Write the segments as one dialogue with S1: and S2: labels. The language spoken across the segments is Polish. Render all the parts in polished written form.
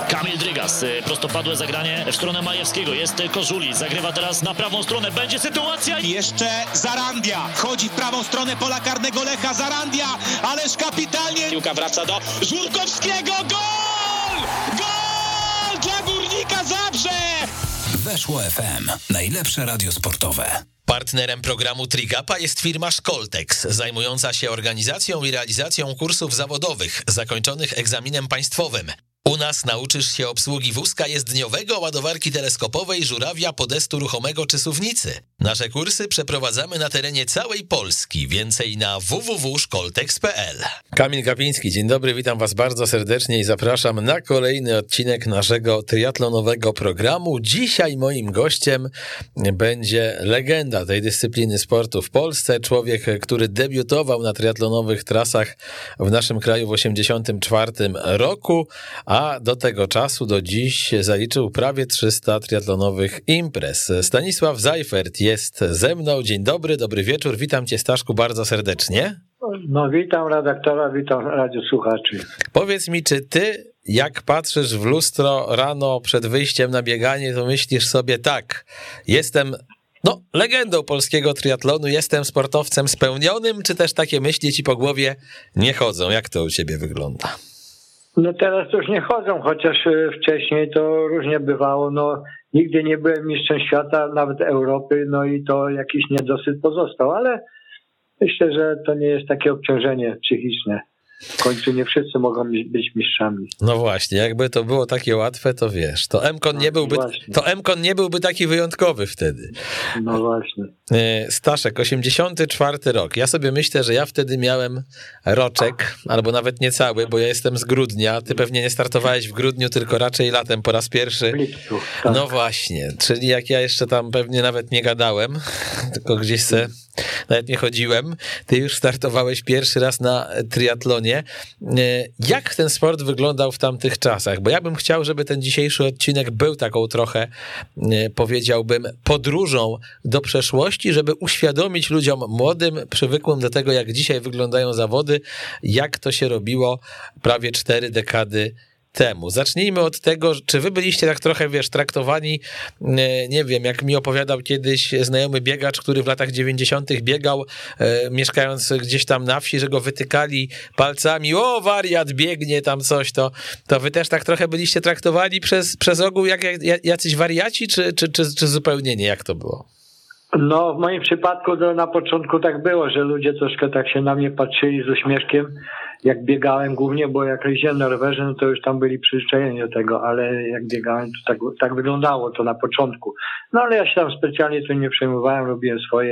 S1: Kamil Drygas, prostopadłe zagranie w stronę Majewskiego, jest Kożuli, zagrywa teraz na prawą stronę, będzie sytuacja.
S2: Jeszcze Zarandia, wchodzi w prawą stronę pola karnego Lecha, Zarandia, ależ kapitalnie. Piłka wraca do Żurkowskiego, gol! Gol dla Górnika Zabrze!
S3: Weszło FM, najlepsze radio sportowe.
S4: Partnerem programu Trigapa jest firma Szkoltex, zajmująca się organizacją i realizacją kursów zawodowych zakończonych egzaminem państwowym. U nas nauczysz się obsługi wózka jezdniowego, ładowarki teleskopowej, żurawia, podestu ruchomego czy suwnicy. Nasze kursy przeprowadzamy na terenie całej Polski. Więcej na www.szkoltex.pl. Kamil Kapiński, dzień dobry, witam was bardzo serdecznie i zapraszam na kolejny odcinek naszego triatlonowego programu. Dzisiaj moim gościem będzie legenda tej dyscypliny sportu w Polsce, człowiek, który debiutował na triatlonowych trasach w naszym kraju w 1984 roku, a do tego czasu, do dziś zaliczył prawie 300 triatlonowych imprez. Stanisław Zajfert jest ze mną. Dzień dobry, dobry wieczór. Witam cię, Staszku, bardzo serdecznie.
S5: No witam redaktora, witam radiosłuchaczy.
S4: Powiedz mi, czy ty, jak patrzysz w lustro rano przed wyjściem na bieganie, to myślisz sobie tak, jestem legendą polskiego triatlonu, jestem sportowcem spełnionym, czy też takie myśli ci po głowie nie chodzą? Jak to u ciebie wygląda?
S5: No teraz to już nie chodzą, chociaż wcześniej to różnie bywało. No nigdy nie byłem mistrzem świata, nawet Europy, no i to jakiś niedosyt pozostał, ale myślę, że to nie jest takie obciążenie psychiczne. W końcu nie wszyscy mogą być mistrzami.
S4: No właśnie, jakby to było takie łatwe, to wiesz, to M-kon nie byłby taki wyjątkowy wtedy.
S5: No właśnie.
S4: Staszek, 84 rok. Ja sobie myślę, że ja wtedy miałem roczek, albo nawet niecały, bo ja jestem z grudnia. Ty pewnie nie startowałeś w grudniu, tylko raczej latem po raz pierwszy.
S5: W lipcu, tak.
S4: No właśnie, czyli jak ja jeszcze tam pewnie nawet nie gadałem, tylko gdzieś nawet nie chodziłem. Ty już startowałeś pierwszy raz na triatlonie. Jak ten sport wyglądał w tamtych czasach? Bo ja bym chciał, żeby ten dzisiejszy odcinek był taką trochę, powiedziałbym, podróżą do przeszłości, żeby uświadomić ludziom młodym, przywykłym do tego, jak dzisiaj wyglądają zawody, jak to się robiło prawie 4 dekady temu. Zacznijmy od tego, czy wy byliście tak trochę, traktowani, nie wiem, jak mi opowiadał kiedyś znajomy biegacz, który w latach 90. biegał, mieszkając gdzieś tam na wsi, że go wytykali palcami, o wariat, biegnie tam coś, to wy też tak trochę byliście traktowani przez ogół jak jacyś wariaci, czy zupełnie nie, jak to było?
S5: No w moim przypadku to na początku tak było, że ludzie troszkę tak się na mnie patrzyli z uśmieszkiem, jak biegałem głównie, bo jak jeździłem na rowerze, no to już tam byli przyzwyczajeni do tego, ale jak biegałem, to tak wyglądało to na początku. No ale ja się tam specjalnie tym nie przejmowałem, robiłem swoje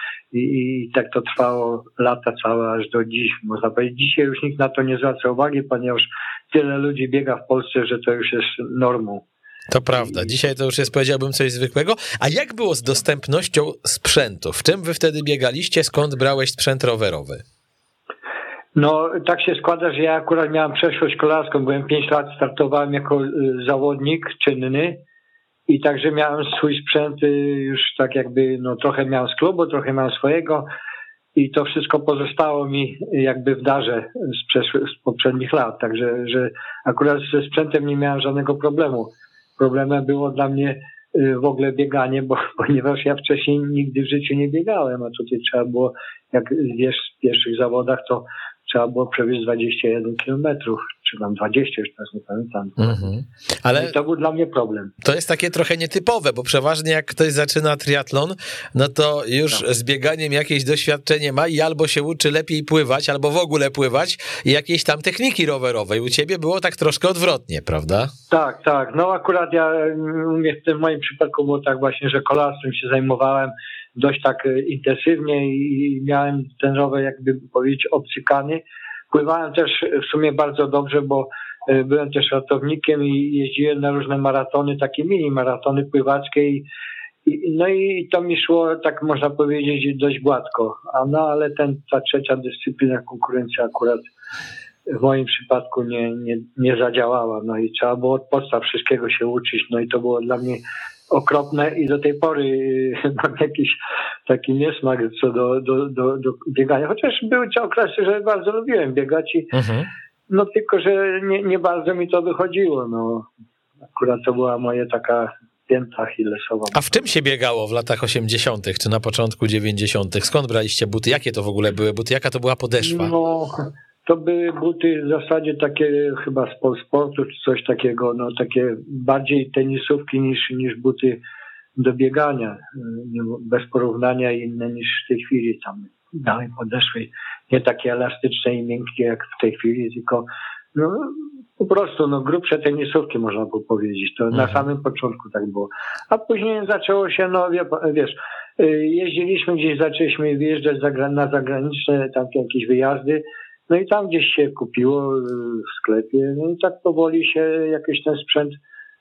S5: i tak to trwało lata całe, aż do dziś, można powiedzieć. Dzisiaj już nikt na to nie zwraca uwagi, ponieważ tyle ludzi biega w Polsce, że to już jest normą.
S4: To prawda, dzisiaj to już jest, powiedziałbym, coś zwykłego. A jak było z dostępnością sprzętu? W czym wy wtedy biegaliście? Skąd brałeś sprzęt rowerowy?
S5: No tak się składa, że ja akurat miałem przeszłość szkolarską, byłem 5 lat, startowałem jako zawodnik czynny i także miałem swój sprzęt już tak jakby, trochę miałem z klubu, trochę miałem swojego i to wszystko pozostało mi jakby w darze z poprzednich lat, także że akurat ze sprzętem nie miałem żadnego problemu. Problemem było dla mnie w ogóle bieganie, ponieważ ja wcześniej nigdy w życiu nie biegałem, a tutaj trzeba było, jak wiesz, w pierwszych zawodach to trzeba było przewieźć 21 kilometrów, czy tam 20, już teraz nie pamiętam.
S4: Ale
S5: i to był dla mnie problem.
S4: To jest takie trochę nietypowe, bo przeważnie jak ktoś zaczyna triatlon, no to już z bieganiem jakieś doświadczenie ma i albo się uczy lepiej pływać, albo w ogóle pływać i jakiejś tam techniki rowerowej. U ciebie było tak troszkę odwrotnie, prawda?
S5: Tak. No akurat w tym moim przypadku było tak właśnie, że kolarstwem się zajmowałem dość tak intensywnie i miałem ten rower, jakby powiedzieć, obcykany. Pływałem też w sumie bardzo dobrze, bo byłem też ratownikiem i jeździłem na różne maratony, takie mini maratony pływackie i to mi szło, tak można powiedzieć, dość gładko. Ale ta trzecia dyscyplina, konkurencja akurat w moim przypadku nie zadziałała. No i trzeba było od podstaw wszystkiego się uczyć. No i to było dla mnie okropne i do tej pory mam jakiś taki niesmak co do biegania. Chociaż były okresy, że bardzo lubiłem biegać No tylko, że nie bardzo mi to wychodziło. No. Akurat to była moja taka pięta achillesowa.
S4: A w czym się biegało w latach 80. czy na początku 90.? Skąd braliście buty? Jakie to w ogóle były buty? Jaka to była podeszwa?
S5: No, to były buty w zasadzie takie chyba z sportu czy coś takiego, no takie bardziej tenisówki niż buty do biegania. Bez porównania inne niż w tej chwili tam dalej podeszły. Nie takie elastyczne i miękkie jak w tej chwili, tylko no, po prostu grubsze tenisówki można by powiedzieć. To na samym początku tak było. A później zaczęło się, no wiesz, jeździliśmy gdzieś, zaczęliśmy wyjeżdżać na zagraniczne tam jakieś wyjazdy, no i tam gdzieś się kupiło w sklepie, no i tak powoli się jakiś ten sprzęt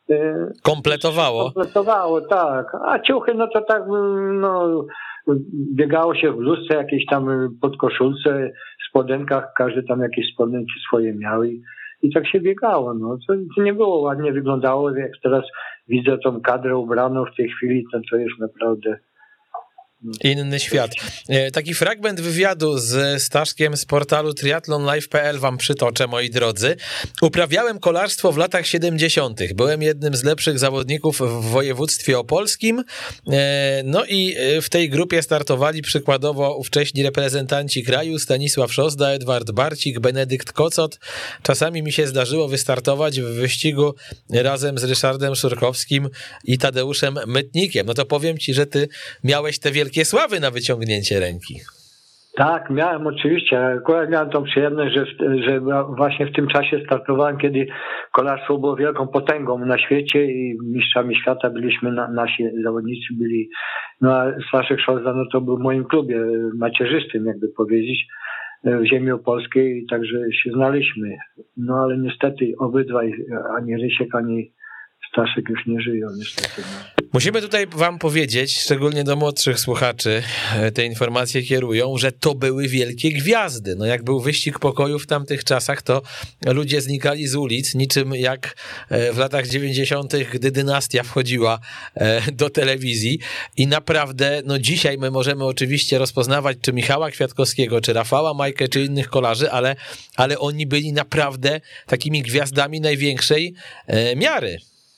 S4: kompletowało,
S5: tak. A ciuchy, no to tak, no biegało się w bluzce jakiejś tam podkoszulce, spodenkach, każdy tam jakieś spodenki swoje miał i tak się biegało, no. To nie było ładnie wyglądało, jak teraz widzę tą kadrę ubraną w tej chwili, to jest naprawdę
S4: inny świat. Taki fragment wywiadu z Staszkiem z portalu triathlonlive.pl wam przytoczę, moi drodzy. Uprawiałem kolarstwo w latach 70. Byłem jednym z lepszych zawodników w województwie opolskim. No i w tej grupie startowali przykładowo ówcześni reprezentanci kraju: Stanisław Szozda, Edward Barcik, Benedykt Kocot. Czasami mi się zdarzyło wystartować w wyścigu razem z Ryszardem Szurkowskim i Tadeuszem Mytnikiem. No to powiem ci, że ty miałeś te wielkie sławy na wyciągnięcie ręki.
S5: Tak, miałem oczywiście. Akurat miałem tą przyjemność, że właśnie w tym czasie startowałem, kiedy kolarstwo było wielką potęgą na świecie i mistrzami świata byliśmy, nasi zawodnicy byli. No a Staszek Szozda, no to był w moim klubie macierzystym, jakby powiedzieć, w ziemi opolskiej, także się znaliśmy. No ale niestety obydwaj, ani Rysiek, ani Staszek już nie żyją, niestety.
S4: Musimy tutaj wam powiedzieć, szczególnie do młodszych słuchaczy, te informacje kierują, że to były wielkie gwiazdy. No jak był wyścig pokoju w tamtych czasach, to ludzie znikali z ulic, niczym jak w latach 90., gdy dynastia wchodziła do telewizji i naprawdę, no dzisiaj my możemy oczywiście rozpoznawać czy Michała Kwiatkowskiego, czy Rafała Majkę, czy innych kolarzy, ale oni byli naprawdę takimi gwiazdami największej miary.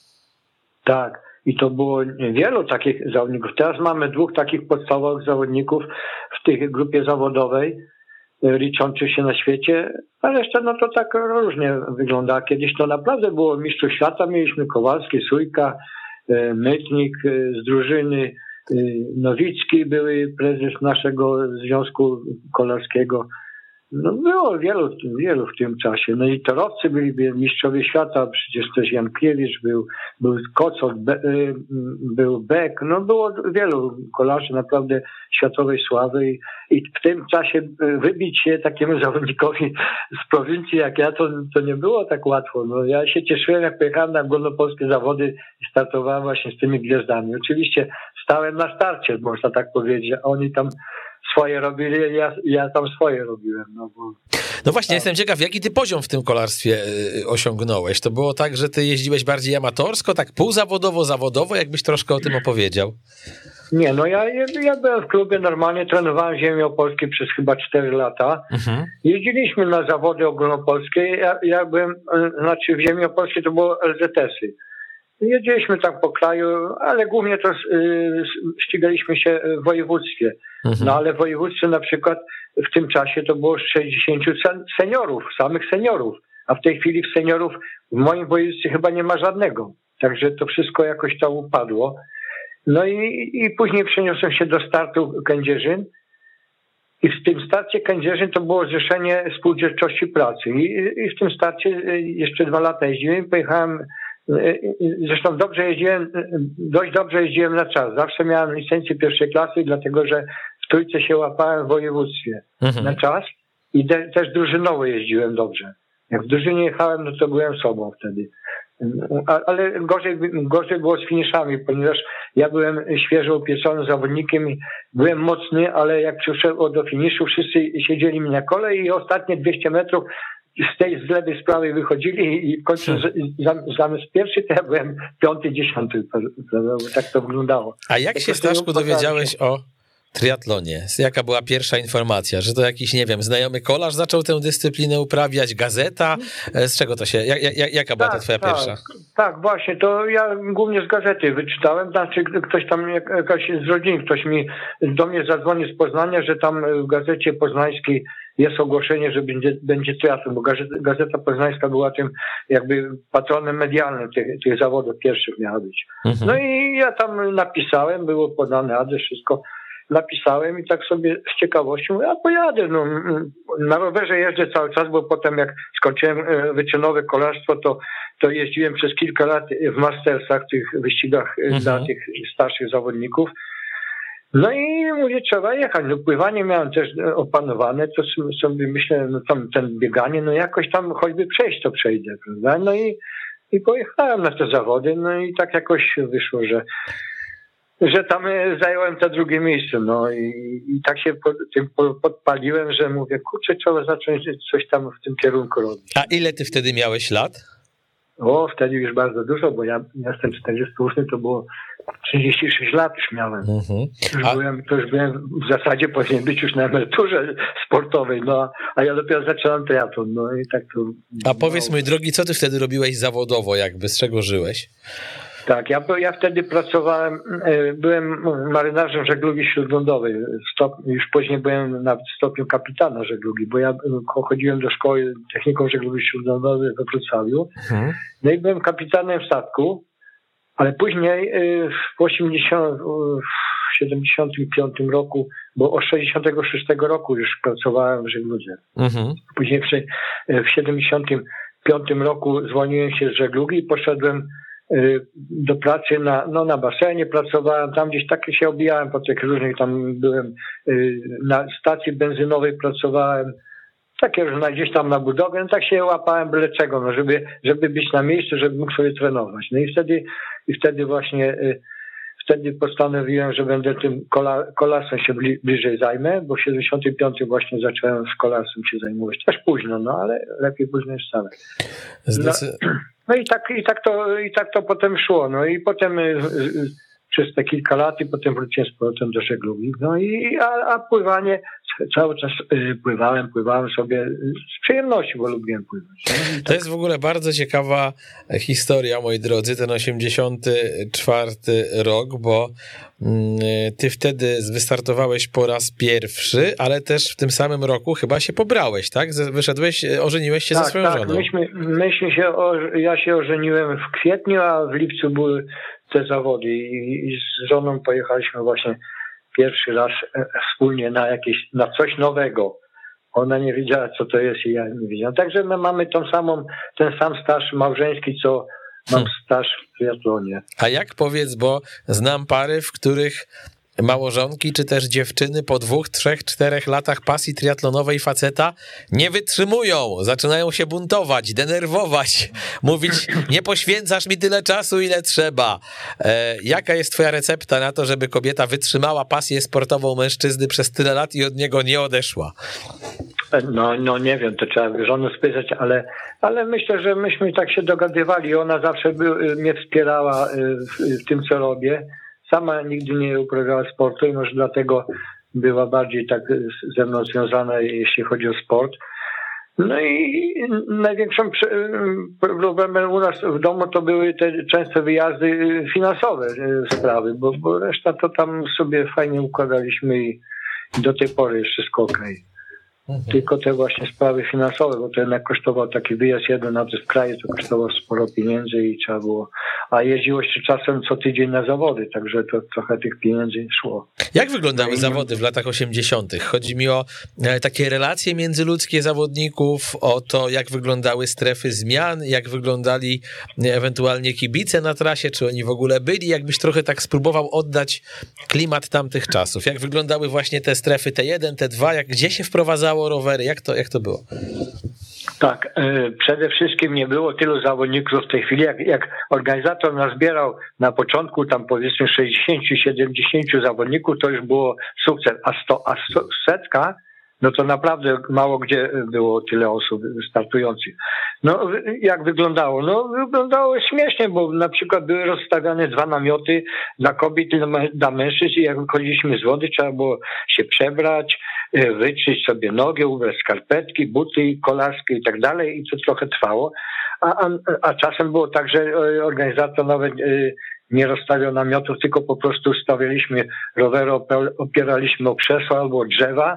S5: Tak. I to było wielu takich zawodników. Teraz mamy dwóch takich podstawowych zawodników w tej grupie zawodowej, liczących się na świecie, a reszta no to tak różnie wygląda. Kiedyś to naprawdę było mistrzów świata, mieliśmy Kowalski, Sójka, Mytnik z drużyny, Nowicki, były prezes naszbył Związku Kolarskiego. No było wielu w tym czasie. No i torowcy byli mistrzowie świata, przecież też Jankiewicz był Kocot, był Beck, no było wielu kolarzy naprawdę światowej sławy i w tym czasie wybić się takiemu zawodnikowi z prowincji jak ja, to nie było tak łatwo. No ja się cieszyłem, jak pojechałem na ogólnopolskie zawody i startowałem właśnie z tymi gwiazdami. Oczywiście stałem na starcie, można tak powiedzieć, a oni tam swoje robili, ja tam swoje robiłem.
S4: No właśnie, jestem ciekaw, jaki ty poziom w tym kolarstwie osiągnąłeś? To było tak, że ty jeździłeś bardziej amatorsko, tak półzawodowo, zawodowo? Jakbyś troszkę o tym opowiedział?
S5: Nie, no ja byłem w klubie normalnie, trenowałem w ziemi opolskiej przez chyba 4 lata. Jeździliśmy na zawody ogólnopolskie, ja byłem, znaczy w ziemi opolskiej to było LZS-y. Jeździliśmy tam po kraju, ale głównie to ścigaliśmy się w województwie. No ale w województwie na przykład w tym czasie to było 60 seniorów, samych seniorów. A w tej chwili seniorów w moim województwie chyba nie ma żadnego. Także to wszystko jakoś tam upadło. No i później przeniosłem się do startu Kędzierzyn. I w tym starcie Kędzierzyn to było Zrzeszenie Spółdzielczości Pracy. I w tym starcie jeszcze 2 lata jeździłem, pojechałem. Zresztą dość dobrze jeździłem na czas. Zawsze miałem licencję pierwszej klasy, dlatego że w trójce się łapałem w województwie na czas i też drużynowo jeździłem dobrze. Jak w drużynie jechałem, no to byłem sobą wtedy. Ale gorzej było z finiszami, ponieważ ja byłem świeżo upieczonym zawodnikiem i byłem mocny, ale jak przyszło do finiszu, wszyscy siedzieli mi na kole i ostatnie 200 metrów z lewej, z prawej wychodzili i w końcu zamiast pierwszy to ja byłem 5., 10. Tak to wyglądało.
S4: A jak się, Staszku, dowiedziałeś triatlonie, jaka była pierwsza informacja? Że to jakiś, nie wiem, znajomy kolarz zaczął tę dyscyplinę uprawiać, gazeta? Z czego to się, jaka była ta twoja pierwsza?
S5: Tak, właśnie, to ja głównie z gazety wyczytałem, znaczy ktoś tam, jakaś z rodziny, ktoś do mnie zadzwonił z Poznania, że tam w gazecie poznańskiej jest ogłoszenie, że będzie triatlon, bo Gazeta Poznańska była tym jakby patronem medialnym tych zawodów pierwszych miała być. Mhm. No i ja tam napisałem, było podany adres, wszystko napisałem i tak sobie z ciekawością, ja pojadę, no, na rowerze jeżdżę cały czas, bo potem jak skończyłem wyczynowe kolarstwo, to jeździłem przez kilka lat w mastersach, tych wyścigach dla tych starszych zawodników. No i mówię, trzeba jechać. No pływanie miałem też opanowane, to sobie myślę, no tam ten bieganie, no jakoś tam choćby przejść, to przejdę, prawda? No i pojechałem na te zawody, no i tak jakoś wyszło, że tam zająłem to drugie miejsce, no i tak się tym podpaliłem, że mówię, kurczę, trzeba zacząć coś tam w tym kierunku robić.
S4: A ile ty wtedy miałeś lat?
S5: Wtedy już bardzo dużo, bo ja jestem 48, to było 36 lat już miałem. Już byłem w zasadzie powinien być już na emeryturze sportowej, no a ja dopiero zaczynam triatlon, no i tak to...
S4: A powiedz, mój drogi, co ty wtedy robiłeś zawodowo, jakby, z czego żyłeś?
S5: Tak, ja wtedy pracowałem, byłem marynarzem żeglugi śródlądowej, już później byłem na stopniu kapitana żeglugi, bo ja chodziłem do szkoły techniką żeglugi śródlądowej we Wrocławiu, no i byłem kapitanem statku, ale później w 75 roku, bo od 66 roku już pracowałem w żegludze. Później w 75 roku zwolniłem się z żeglugi i poszedłem do pracy na basenie, pracowałem tam gdzieś, tak się obijałem po tych różnych, tam byłem na stacji benzynowej, pracowałem takie różne, gdzieś tam na budowie, no tak się łapałem byle czego, no żeby być na miejscu, żeby mógł sobie trenować. No i wtedy właśnie postanowiłem, że będę tym kolarstwem się bliżej zajmę, bo w 75 właśnie zacząłem z kolarstwem się zajmować. Też późno, no ale lepiej późno niż wcale. No i tak to potem szło. No i potem przez te kilka lat i potem wróciłem z powrotem do żeglugi. No a pływanie, cały czas pływałem sobie z przyjemności, bo lubiłem pływać. No
S4: to jest w ogóle bardzo ciekawa historia, moi drodzy, ten 84 rok, bo ty wtedy wystartowałeś po raz pierwszy, ale też w tym samym roku chyba się pobrałeś, tak? Wyszedłeś, ożeniłeś się ze swoją żoną.
S5: Ja się ożeniłem w kwietniu, a w lipcu były te zawody i z żoną pojechaliśmy właśnie pierwszy raz wspólnie na coś nowego. Ona nie wiedziała, co to jest i ja nie wiedziałem. Także my mamy ten sam staż małżeński, co mam staż w triatlonie.
S4: A jak, powiedz, bo znam pary, w których małżonki czy też dziewczyny po 2, 3, 4 latach pasji triatlonowej faceta nie wytrzymują, zaczynają się buntować, denerwować, mówić, nie poświęcasz mi tyle czasu, ile trzeba. Jaka jest twoja recepta na to, żeby kobieta wytrzymała pasję sportową mężczyzny przez tyle lat i od niego nie odeszła?
S5: No nie wiem, to trzeba żonę spytać, ale myślę, że myśmy tak się dogadywali. Ona zawsze mnie wspierała w tym, co robię. Sama nigdy nie uprawiała sportu i może dlatego była bardziej tak ze mną związana, jeśli chodzi o sport. No i największym problemem u nas w domu to były te częste wyjazdy finansowe sprawy, bo reszta to tam sobie fajnie układaliśmy i do tej pory jest wszystko okej. Tylko te właśnie sprawy finansowe, bo to jednak kosztował taki wyjazd jeden na w kraju, to kosztowało sporo pieniędzy i trzeba było, a jeździło się czasem co tydzień na zawody, także to trochę tych pieniędzy szło.
S4: Jak wyglądały zawody w latach 80? Chodzi mi o takie relacje międzyludzkie zawodników, o to, jak wyglądały strefy zmian, jak wyglądali ewentualnie kibice na trasie, czy oni w ogóle byli, jakbyś trochę tak spróbował oddać klimat tamtych czasów. Jak wyglądały właśnie te strefy T1, T2, gdzie się wprowadzało rowery, jak to było?
S5: Tak, przede wszystkim nie było tylu zawodników w tej chwili, jak organizator nazbierał na początku tam powiedzmy 60-70 zawodników, to już było sukces, a setka no to naprawdę mało gdzie było tyle osób startujących. No jak wyglądało? No wyglądało śmiesznie, bo na przykład były rozstawiane 2 namioty dla kobiet i dla mężczyzn i jak wychodziliśmy z wody, trzeba było się przebrać, wyczyść sobie nogę, ubrać skarpetki, buty kolarskie i tak dalej i to trochę trwało. A czasem było tak, że organizator nawet nie rozstawiał namiotów, tylko po prostu stawialiśmy rowery, opieraliśmy o krzesła albo o drzewa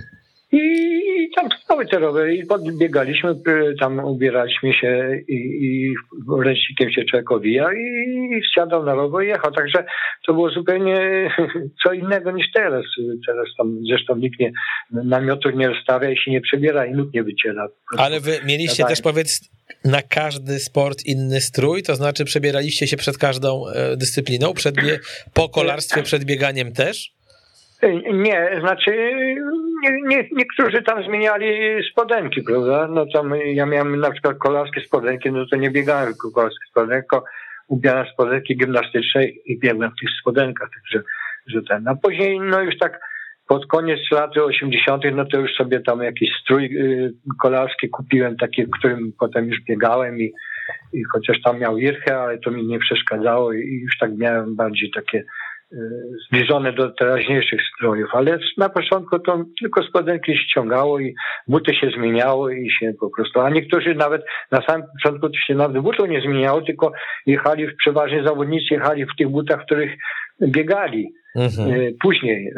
S5: i tam stały te rowery i podbiegaliśmy, tam ubieraliśmy się i ręcznikiem się człowiek owija i wsiadał na rower i jechał. Także to było zupełnie co innego niż teraz. Teraz tam zresztą nikt namiotów nie rozstawia i się nie przebiera i nóg nie wyciera.
S4: Ale wy mieliście też, powiedz, na każdy sport inny strój? To znaczy przebieraliście się przed każdą dyscypliną? Po kolarstwie przed bieganiem też?
S5: Nie, znaczy niektórzy tam zmieniali spodenki, prawda? No tam ja miałem na przykład kolarskie spodenki, no to nie biegałem tylko kolarskie spodenki, tylko ubierałem spodenki gimnastyczne i biegłem w tych spodenkach, także że ten. A później no już tak pod koniec lat 80. no to już sobie tam jakiś strój kolarski kupiłem, taki, w którym potem już biegałem i chociaż tam miał irchę, ale to mi nie przeszkadzało i już tak miałem bardziej takie zbliżone do teraźniejszych strojów, ale na początku to tylko spodenki się ściągało i buty się zmieniało i się po prostu, a niektórzy nawet na samym początku to się nawet butów nie zmieniało, tylko przeważnie zawodnicy jechali w tych butach, w których biegali. Później,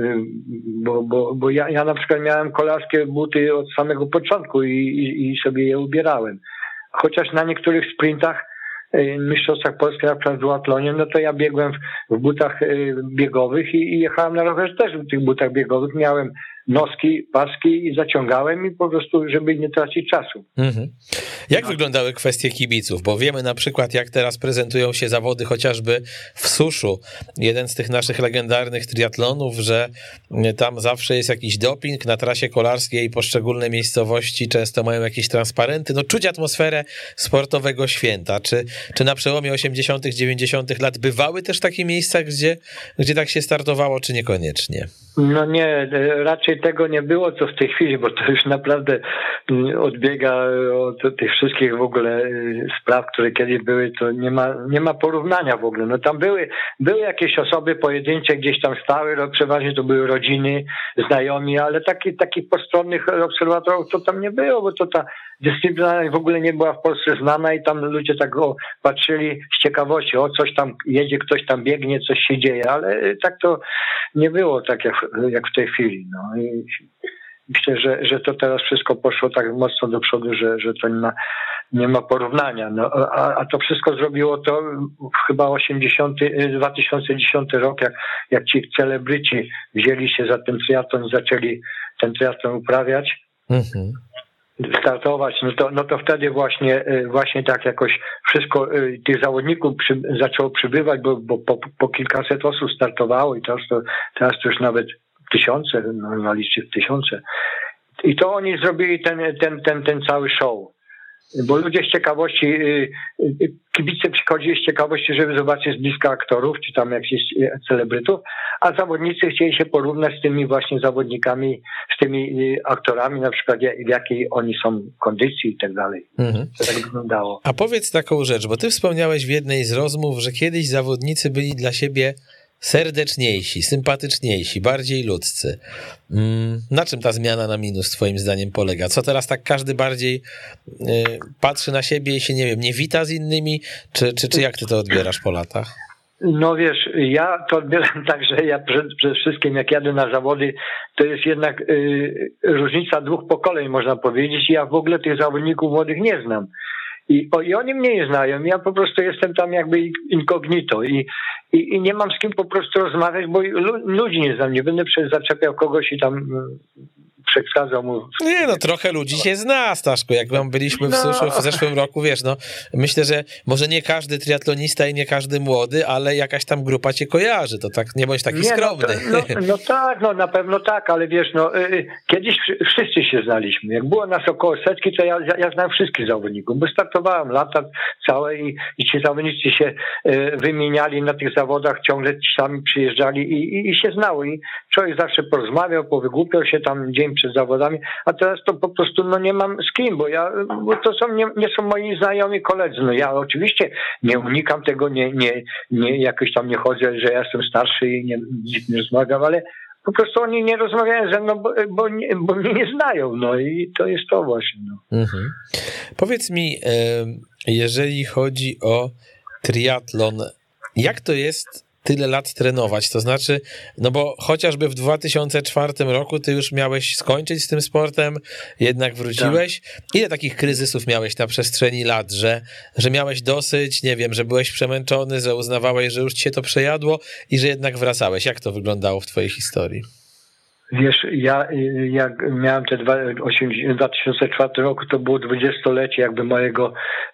S5: bo ja na przykład miałem kolarskie buty od samego początku i sobie je ubierałem. Chociaż na niektórych sprintach, mistrzostwach Polski, na przykład w duatlonie, no to ja biegłem w butach biegowych i jechałem na rowerze też w tych butach biegowych. Miałem noski, paski i zaciągałem i po prostu, żeby nie tracić czasu.
S4: Jak wyglądały kwestie kibiców? Bo wiemy na przykład, jak teraz prezentują się zawody chociażby w suszu. Jeden z tych naszych legendarnych triatlonów, że tam zawsze jest jakiś doping na trasie kolarskiej, poszczególne miejscowości często mają jakieś transparenty. No czuć atmosferę sportowego święta. Czy na przełomie 80., 90. lat bywały też takie miejsca, gdzie tak się startowało, czy niekoniecznie?
S5: No nie, raczej tego nie było, co w tej chwili, bo to już naprawdę odbiega od tych wszystkich w ogóle spraw, które kiedyś były, to nie ma porównania w ogóle. No tam były jakieś osoby pojedyncze gdzieś tam stały, no przeważnie to były rodziny, znajomi, ale takich postronnych obserwatorów to tam nie było, bo to ta dyscyplina w ogóle nie była w Polsce znana i tam ludzie tak patrzyli z ciekawości, coś tam jedzie, ktoś tam biegnie, coś się dzieje, ale tak to nie było tak jak w tej chwili. No i myślę, że to teraz wszystko poszło tak mocno do przodu, że to nie ma porównania. No, a to wszystko zrobiło to chyba 2010 rok, jak ci celebryci wzięli się za ten triatlon i zaczęli ten triatlon uprawiać. Startować, no to wtedy właśnie tak jakoś wszystko tych zawodników zaczęło przybywać, bo po kilkaset osób startowało i teraz to już nawet tysiące, można liczyć tysiące. I to oni zrobili ten cały show. Bo ludzie z ciekawości, kibice przychodzili z ciekawości, żeby zobaczyć z bliska aktorów, czy tam jakichś celebrytów, a zawodnicy chcieli się porównać z tymi właśnie zawodnikami, z tymi aktorami, na przykład w jakiej oni są kondycji i tak dalej. To tak wyglądało.
S4: A powiedz taką rzecz, bo ty wspomniałeś w jednej z rozmów, że kiedyś zawodnicy byli dla siebie serdeczniejsi, sympatyczniejsi, bardziej ludzcy. Na czym ta zmiana na minus twoim zdaniem polega? Co teraz tak każdy bardziej patrzy na siebie i się, nie wiem, nie wita z innymi? Czy jak ty to odbierasz po latach?
S5: No wiesz, ja to odbieram tak, że ja przede wszystkim jak jadę na zawody, to jest jednak różnica 2 pokoleń, można powiedzieć. Ja w ogóle tych zawodników młodych nie znam. I oni mnie nie znają. Ja po prostu jestem tam jakby incognito i nie mam z kim po prostu rozmawiać, bo ludzi nie znam. Nie będę zaczepiał kogoś i tam przeszkadzał mu.
S4: Nie, no trochę ludzi się zna, Staszku. Jak byliśmy w suszu w zeszłym roku, wiesz, no myślę, że może nie każdy triatlonista i nie każdy młody, ale jakaś tam grupa cię kojarzy. To tak nie bądź taki skromny.
S5: No tak, no na pewno tak, ale wiesz, no kiedyś wszyscy się znaliśmy. Jak było nas około setki, to ja znam wszystkich zawodników, bo startowałem lata całe i ci zawodnicy się wymieniali na tych zawodach, ciągle ci sami przyjeżdżali i się znało. I człowiek zawsze porozmawiał, powygłupiał się tam dzień przed zawodami, a teraz to po prostu nie mam z kim, bo to nie są moi znajomi koledzy. No ja oczywiście nie unikam tego, nie jakoś tam nie chodzę, że ja jestem starszy i nie rozmawiam, ale po prostu oni nie rozmawiają ze mną, bo mnie nie znają, no i to jest to właśnie. No.
S4: Mhm. Powiedz mi, jeżeli chodzi o triatlon, jak to jest tyle lat trenować? To znaczy, no bo chociażby w 2004 roku ty już miałeś skończyć z tym sportem, jednak wróciłeś. Tak. Ile takich kryzysów miałeś na przestrzeni lat, że miałeś dosyć, nie wiem, że byłeś przemęczony, że uznawałeś, że już ci się to przejadło i że jednak wracałeś? Jak to wyglądało w twojej historii?
S5: Wiesz, ja jak miałem te 2004 roku, to było 20-lecie jakby mojego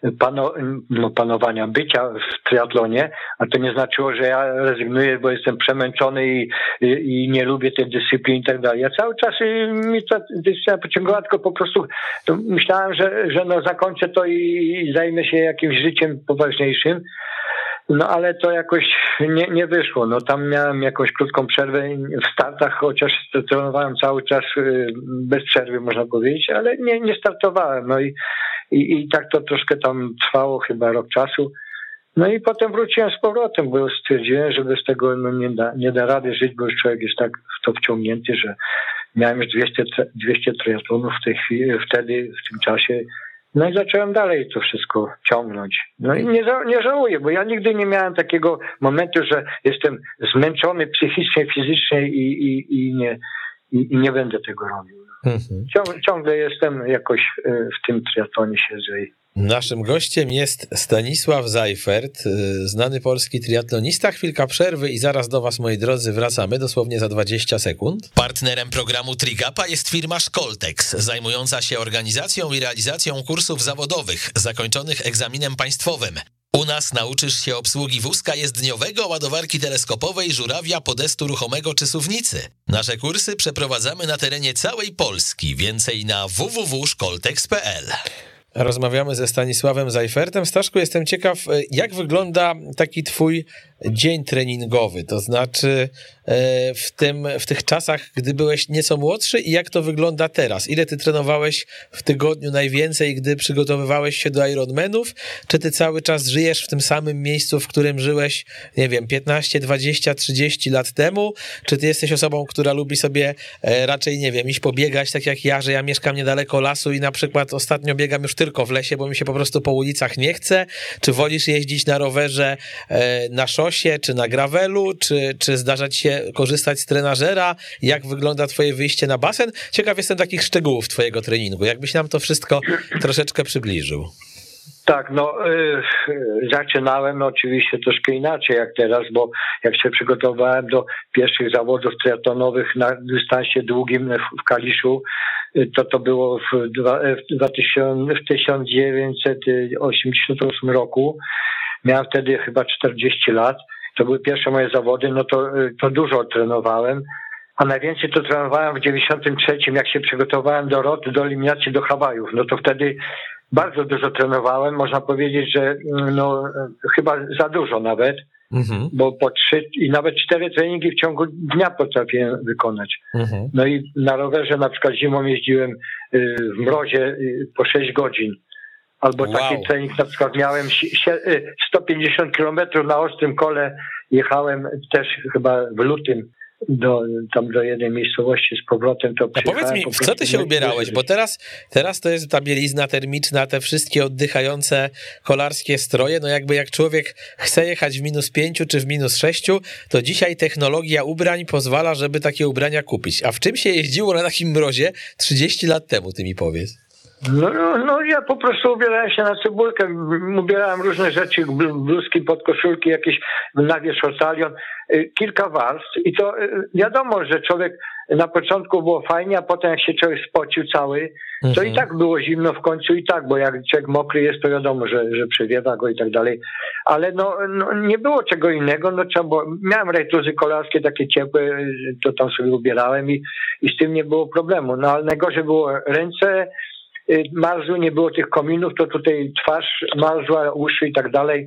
S5: panowania, bycia w triatlonie, a to nie znaczyło, że ja rezygnuję, bo jestem przemęczony i nie lubię tej dyscypliny i tak dalej. Ja cały czas mi ta dyscyplina pociągała, tylko po prostu myślałem, że zakończę to i zajmę się jakimś życiem poważniejszym. No ale to jakoś nie wyszło. No tam miałem jakąś krótką przerwę w startach, chociaż trenowałem cały czas bez przerwy, można powiedzieć, ale nie startowałem. No i tak to troszkę tam trwało, chyba rok czasu. No i potem wróciłem z powrotem, bo stwierdziłem, że bez tego nie da rady żyć, bo już człowiek jest tak w to wciągnięty, że miałem już 200 triatlonów w tej chwili, wtedy, w tym czasie. No i zacząłem dalej to wszystko ciągnąć. No i nie żałuję, bo ja nigdy nie miałem takiego momentu, że jestem zmęczony psychicznie, fizycznie i nie będę tego robił. Mhm. Ciągle jestem jakoś w tym triatlonie siedzę.
S4: Naszym gościem jest Stanisław Zajfert, znany polski triatlonista. Chwilka przerwy i zaraz do was, moi drodzy, wracamy, dosłownie za 20 sekund. Partnerem programu Trigapa jest firma Szkoltex, zajmująca się organizacją i realizacją kursów zawodowych zakończonych egzaminem państwowym. U nas nauczysz się obsługi wózka jezdniowego, ładowarki teleskopowej, żurawia, podestu ruchomego czy suwnicy. Nasze kursy przeprowadzamy na terenie całej Polski. Więcej na www.szkoltex.pl. Rozmawiamy ze Stanisławem Zajfertem. Staszku, jestem ciekaw, jak wygląda taki twój dzień treningowy, to znaczy w tych czasach, gdy byłeś nieco młodszy i jak to wygląda teraz? Ile ty trenowałeś w tygodniu najwięcej, gdy przygotowywałeś się do Ironmanów? Czy ty cały czas żyjesz w tym samym miejscu, w którym żyłeś, nie wiem, 15, 20, 30 lat temu? Czy ty jesteś osobą, która lubi sobie raczej, nie wiem, iść pobiegać, tak jak ja, że ja mieszkam niedaleko lasu i na przykład ostatnio biegam już tylko w lesie, bo mi się po prostu po ulicach nie chce? Czy wolisz jeździć na rowerze na szosie, czy na gravelu, czy zdarza ci się korzystać z trenażera? Jak wygląda twoje wyjście na basen? Ciekaw jestem takich szczegółów twojego treningu. Jakbyś nam to wszystko troszeczkę przybliżył.
S5: Tak, zaczynałem oczywiście troszkę inaczej jak teraz, bo jak się przygotowałem do pierwszych zawodów triatlonowych na dystansie długim w Kaliszu, to było w 1988 roku. Miałem wtedy chyba 40 lat. To były pierwsze moje zawody, no to dużo trenowałem. A najwięcej to trenowałem w 93, jak się przygotowałem do eliminacji do Hawajów. No to wtedy bardzo dużo trenowałem. Można powiedzieć, że chyba za dużo nawet. Bo po 3 i nawet 4 treningi w ciągu dnia potrafiłem wykonać. No i na rowerze na przykład zimą jeździłem w mrozie po 6 godzin. Albo taki trening na przykład miałem 150 kilometrów na ostrym kole, jechałem też chyba w lutym do jednej miejscowości z powrotem.
S4: Powiedz mi, w co ty się ubierałeś? Bo teraz to jest ta bielizna termiczna, te wszystkie oddychające kolarskie stroje. No jakby jak człowiek chce jechać w -5 czy w -6, to dzisiaj technologia ubrań pozwala, żeby takie ubrania kupić. A w czym się jeździło na takim mrozie 30 lat temu, ty mi powiedz?
S5: No ja po prostu ubierałem się na cebulkę, ubierałem różne rzeczy, bluzki, podkoszulki, jakieś na wierzch ortalion, kilka warstw i to wiadomo, że człowiek na początku było fajnie, a potem jak się człowiek spocił cały, to i tak było zimno w końcu i tak, bo jak człowiek mokry jest, to wiadomo, że przewiewa go i tak dalej, ale nie było czego innego, miałem rajtuzy kolarskie takie ciepłe, to tam sobie ubierałem i z tym nie było problemu, no ale najgorzej było ręce, marzły, nie było tych kominów, to tutaj twarz marzła, uszy i tak dalej.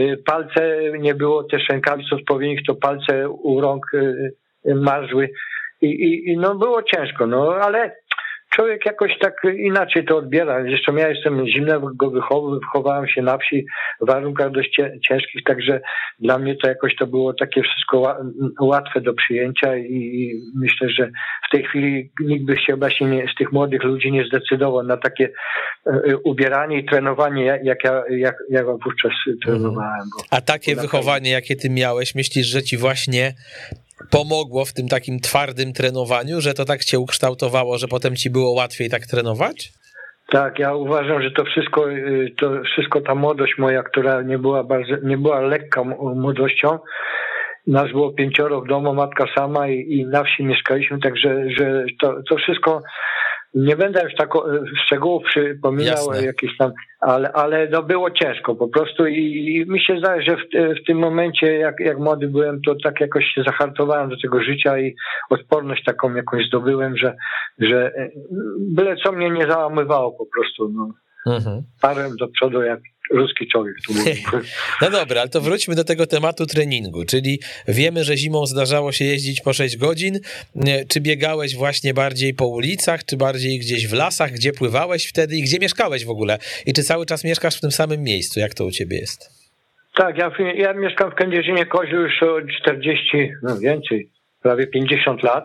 S5: Palce, nie było też rękawic odpowiednich, to palce u rąk marzły. i no było ciężko, no ale człowiek jakoś tak inaczej to odbiera. Zresztą ja jestem zimnego wychowałem się na wsi w warunkach dość ciężkich, także dla mnie to jakoś to było takie wszystko łatwe do przyjęcia i myślę, że w tej chwili nikt by się właśnie z tych młodych ludzi nie zdecydował na takie ubieranie i trenowanie, jak ja wówczas trenowałem.
S4: A takie wychowanie, jakie ty miałeś, myślisz, że ci właśnie pomogło w tym takim twardym trenowaniu, że to tak cię ukształtowało, że potem ci było łatwiej tak trenować?
S5: Tak, ja uważam, że to wszystko ta młodość moja, która nie była lekką młodością. Nas było 5 w domu, matka sama i na wsi mieszkaliśmy, także że to wszystko, nie będę już tak szczegółów przypominał jakieś tam, ale no było ciężko po prostu i mi się zdaje, że w tym momencie, jak młody byłem, to tak jakoś się zahartowałem do tego życia i odporność taką jakąś zdobyłem, że byle co mnie nie załamywało po prostu, no. Parłem do przodu jak ruski człowiek.
S4: No dobra, ale to wróćmy do tego tematu treningu, czyli wiemy, że zimą zdarzało się jeździć po 6 godzin. Czy biegałeś właśnie bardziej po ulicach, czy bardziej gdzieś w lasach? Gdzie pływałeś wtedy i gdzie mieszkałeś w ogóle? I czy cały czas mieszkasz w tym samym miejscu? Jak to u ciebie jest?
S5: Tak, ja mieszkam w Kędzierzynie-Koźlu już od 40, no więcej, prawie 50 lat.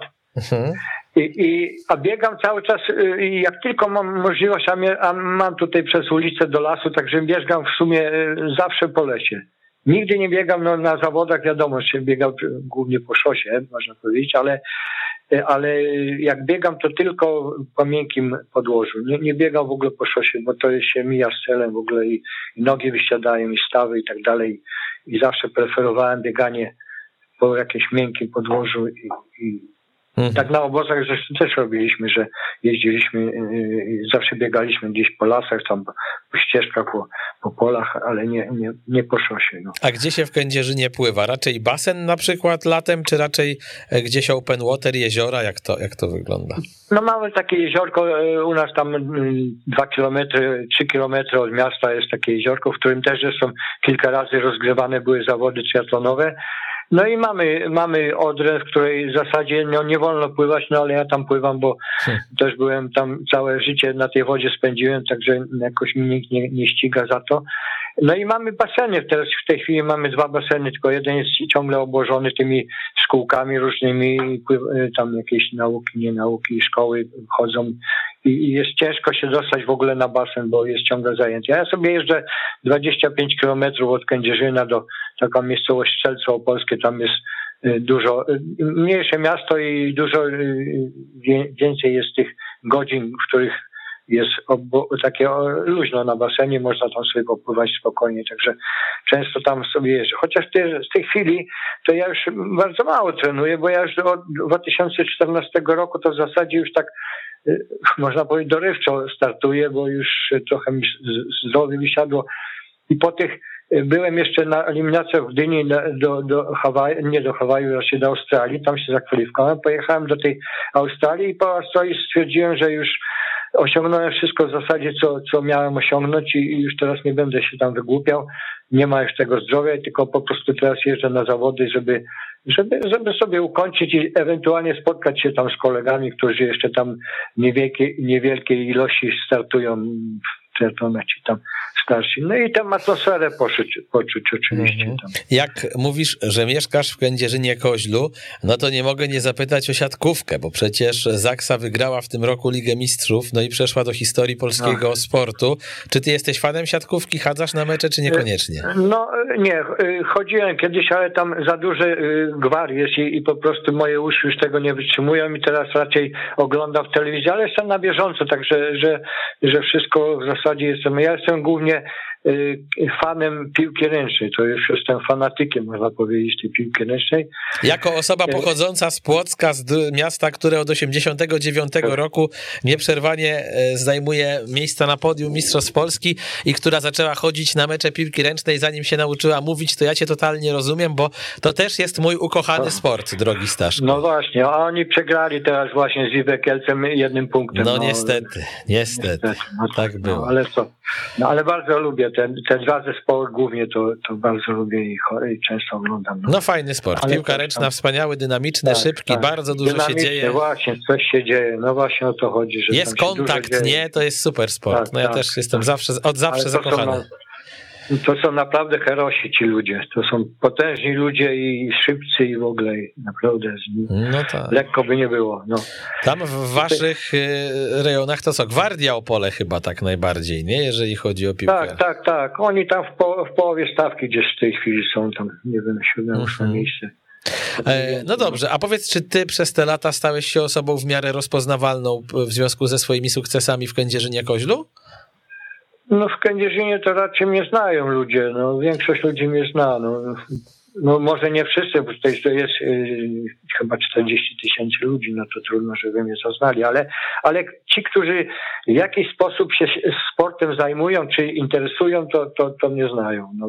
S5: A biegam cały czas, jak tylko mam możliwość, a mam tutaj przez ulicę do lasu, także biegam w sumie zawsze po lesie. Nigdy nie biegam na zawodach, wiadomo, że biegam głównie po szosie, można powiedzieć, ale jak biegam, to tylko po miękkim podłożu. Nie biegam w ogóle po szosie, bo to się mija z celem w ogóle i nogi wysiadają i stawy i tak dalej. I zawsze preferowałem bieganie po jakimś miękkim podłożu i tak na obozach zresztą też robiliśmy, że jeździliśmy, zawsze biegaliśmy gdzieś po lasach, tam po ścieżkach, po polach, ale nie po szosie. No.
S4: A gdzie się w Kędzierzynie pływa? Raczej basen na przykład latem, czy raczej gdzieś open water, jeziora? Jak to wygląda?
S5: No mamy takie jeziorko, u nas tam 2 kilometry, 3 kilometry od miasta jest takie jeziorko, w którym też zresztą kilka razy rozgrywane były zawody triatlonowe. No i mamy Odrę, w której w zasadzie nie wolno pływać, no ale ja tam pływam, bo też byłem tam całe życie na tej wodzie spędziłem, także jakoś mnie nikt nie ściga za to. No i mamy baseny, teraz w tej chwili mamy 2 baseny, tylko jeden jest ciągle obłożony tymi szkółkami różnymi, tam jakieś nauki, nie nauki, szkoły chodzą i jest ciężko się dostać w ogóle na basen, bo jest ciągle zajęty. Ja sobie jeżdżę 25 kilometrów od Kędzierzyna do taka miejscowość Strzelce Opolskie, tam jest dużo mniejsze miasto i dużo więcej jest tych godzin, w których jest takie luźno na basenie, można tam sobie popływać spokojnie, także często tam sobie jeżdżę. Chociaż w tej chwili to ja już bardzo mało trenuję, bo ja już od 2014 roku to w zasadzie już tak można powiedzieć dorywczo startuję, bo już trochę mi zdrowie wysiadło i po tych byłem jeszcze na eliminacjach w Gdyni do Hawaju, nie do Hawaju, raczej do Australii, tam się zakwalifikowałem, pojechałem do tej Australii i po Australii stwierdziłem, że już osiągnąłem wszystko w zasadzie, co miałem osiągnąć i już teraz nie będę się tam wygłupiał, nie ma już tego zdrowia, tylko po prostu teraz jeżdżę na zawody, żeby sobie ukończyć i ewentualnie spotkać się tam z kolegami, którzy jeszcze tam niewielkiej ilości startują w triatlonecie tam starsi. No i tam atmosferę poczuć oczywiście. Tam.
S4: Jak mówisz, że mieszkasz w Kędzierzynie-Koźlu, no to nie mogę nie zapytać o siatkówkę, bo przecież Zaksa wygrała w tym roku Ligę Mistrzów, no i przeszła do historii polskiego sportu. Czy ty jesteś fanem siatkówki, chadzasz na mecze, czy niekoniecznie?
S5: No nie, chodziłem kiedyś, ale tam za duży gwar jest i po prostu moje uszy już tego nie wytrzymują i teraz raczej oglądam w telewizji, ale jestem na bieżąco, także że wszystko w zasadzie jestem. Ja jestem głównie fanem piłki ręcznej, to już jestem fanatykiem, można powiedzieć, tej piłki ręcznej.
S4: Jako osoba pochodząca z Płocka, z miasta, które od 1989 roku nieprzerwanie zajmuje miejsca na podium Mistrzostw Polski i która zaczęła chodzić na mecze piłki ręcznej, zanim się nauczyła mówić, to ja cię totalnie rozumiem, bo to też jest mój ukochany sport, drogi Staszku.
S5: No właśnie, a oni przegrali teraz właśnie z Iwek Kielcem 1 punktem.
S4: No niestety. No, tak było.
S5: No ale co? No ale bardzo lubię te dwa zespoły głównie to bardzo lubię i często oglądam.
S4: No fajny sport, ale piłka ręczna, wspaniały, dynamiczny, szybki, bardzo dużo się dzieje.
S5: Właśnie, coś się dzieje, no właśnie o to chodzi. Że
S4: jest kontakt, nie? To jest super sport. Ja też jestem od zawsze zakochany.
S5: To są naprawdę herosi ci ludzie. To są potężni ludzie i szybcy i w ogóle naprawdę lekko by nie było. No.
S4: Tam w waszych rejonach to co? Gwardia Opole chyba tak najbardziej, nie? Jeżeli chodzi o piłkę.
S5: Tak. Oni tam w połowie stawki gdzieś w tej chwili są tam, nie wiem, 7-8 miejsce.
S4: No dobrze, a powiedz, czy ty przez te lata stałeś się osobą w miarę rozpoznawalną w związku ze swoimi sukcesami w Kędzierzynie-Koźlu?
S5: No w Kędzierzynie to raczej mnie znają ludzie, no większość ludzi mnie zna, no może nie wszyscy, bo tutaj to jest chyba 40 000 ludzi, no to trudno, żeby mnie zaznali, ale ci, którzy w jakiś sposób się sportem zajmują, czy interesują, to mnie znają. No,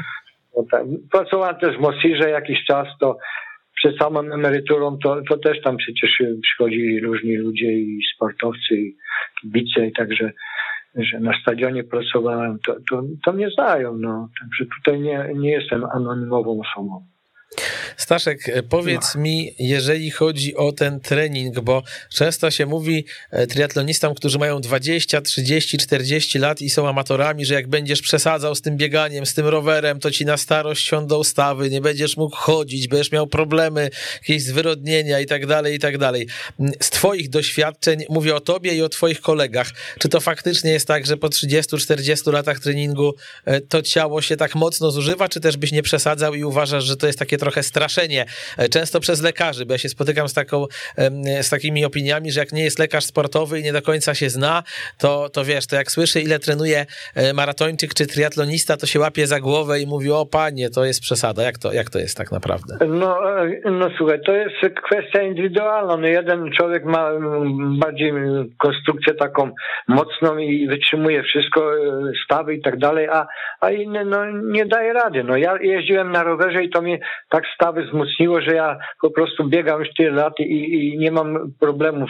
S5: pracowałem też w Mosirze jakiś czas, to przed samą emeryturą to też tam przecież przychodzili różni ludzie i sportowcy, i kibice, i także że na stadionie pracowałem, to mnie znają, no. Także tutaj nie jestem anonimową osobą.
S4: Staszek, powiedz mi, jeżeli chodzi o ten trening, bo często się mówi triatlonistom, którzy mają 20, 30, 40 lat i są amatorami, że jak będziesz przesadzał z tym bieganiem, z tym rowerem, to ci na starość siądą stawy, nie będziesz mógł chodzić, będziesz miał problemy, jakieś zwyrodnienia i tak dalej. Z twoich doświadczeń, mówię o tobie i o twoich kolegach, czy to faktycznie jest tak, że po 30-40 latach treningu to ciało się tak mocno zużywa, czy też byś nie przesadzał i uważasz, że to jest takie trochę straszenie, często przez lekarzy, bo ja się spotykam z takimi opiniami, że jak nie jest lekarz sportowy i nie do końca się zna, to wiesz, to jak słyszy, ile trenuje maratończyk czy triatlonista, to się łapie za głowę i mówi, o panie, to jest przesada. Jak to jest tak naprawdę?
S5: No słuchaj, to jest kwestia indywidualna. No jeden człowiek ma bardziej konstrukcję taką mocną i wytrzymuje wszystko, stawy i tak dalej, a inny nie daje rady. No ja jeździłem na rowerze i to mnie tak stawy wzmocniło, że ja po prostu biegam już tyle lat i nie mam problemów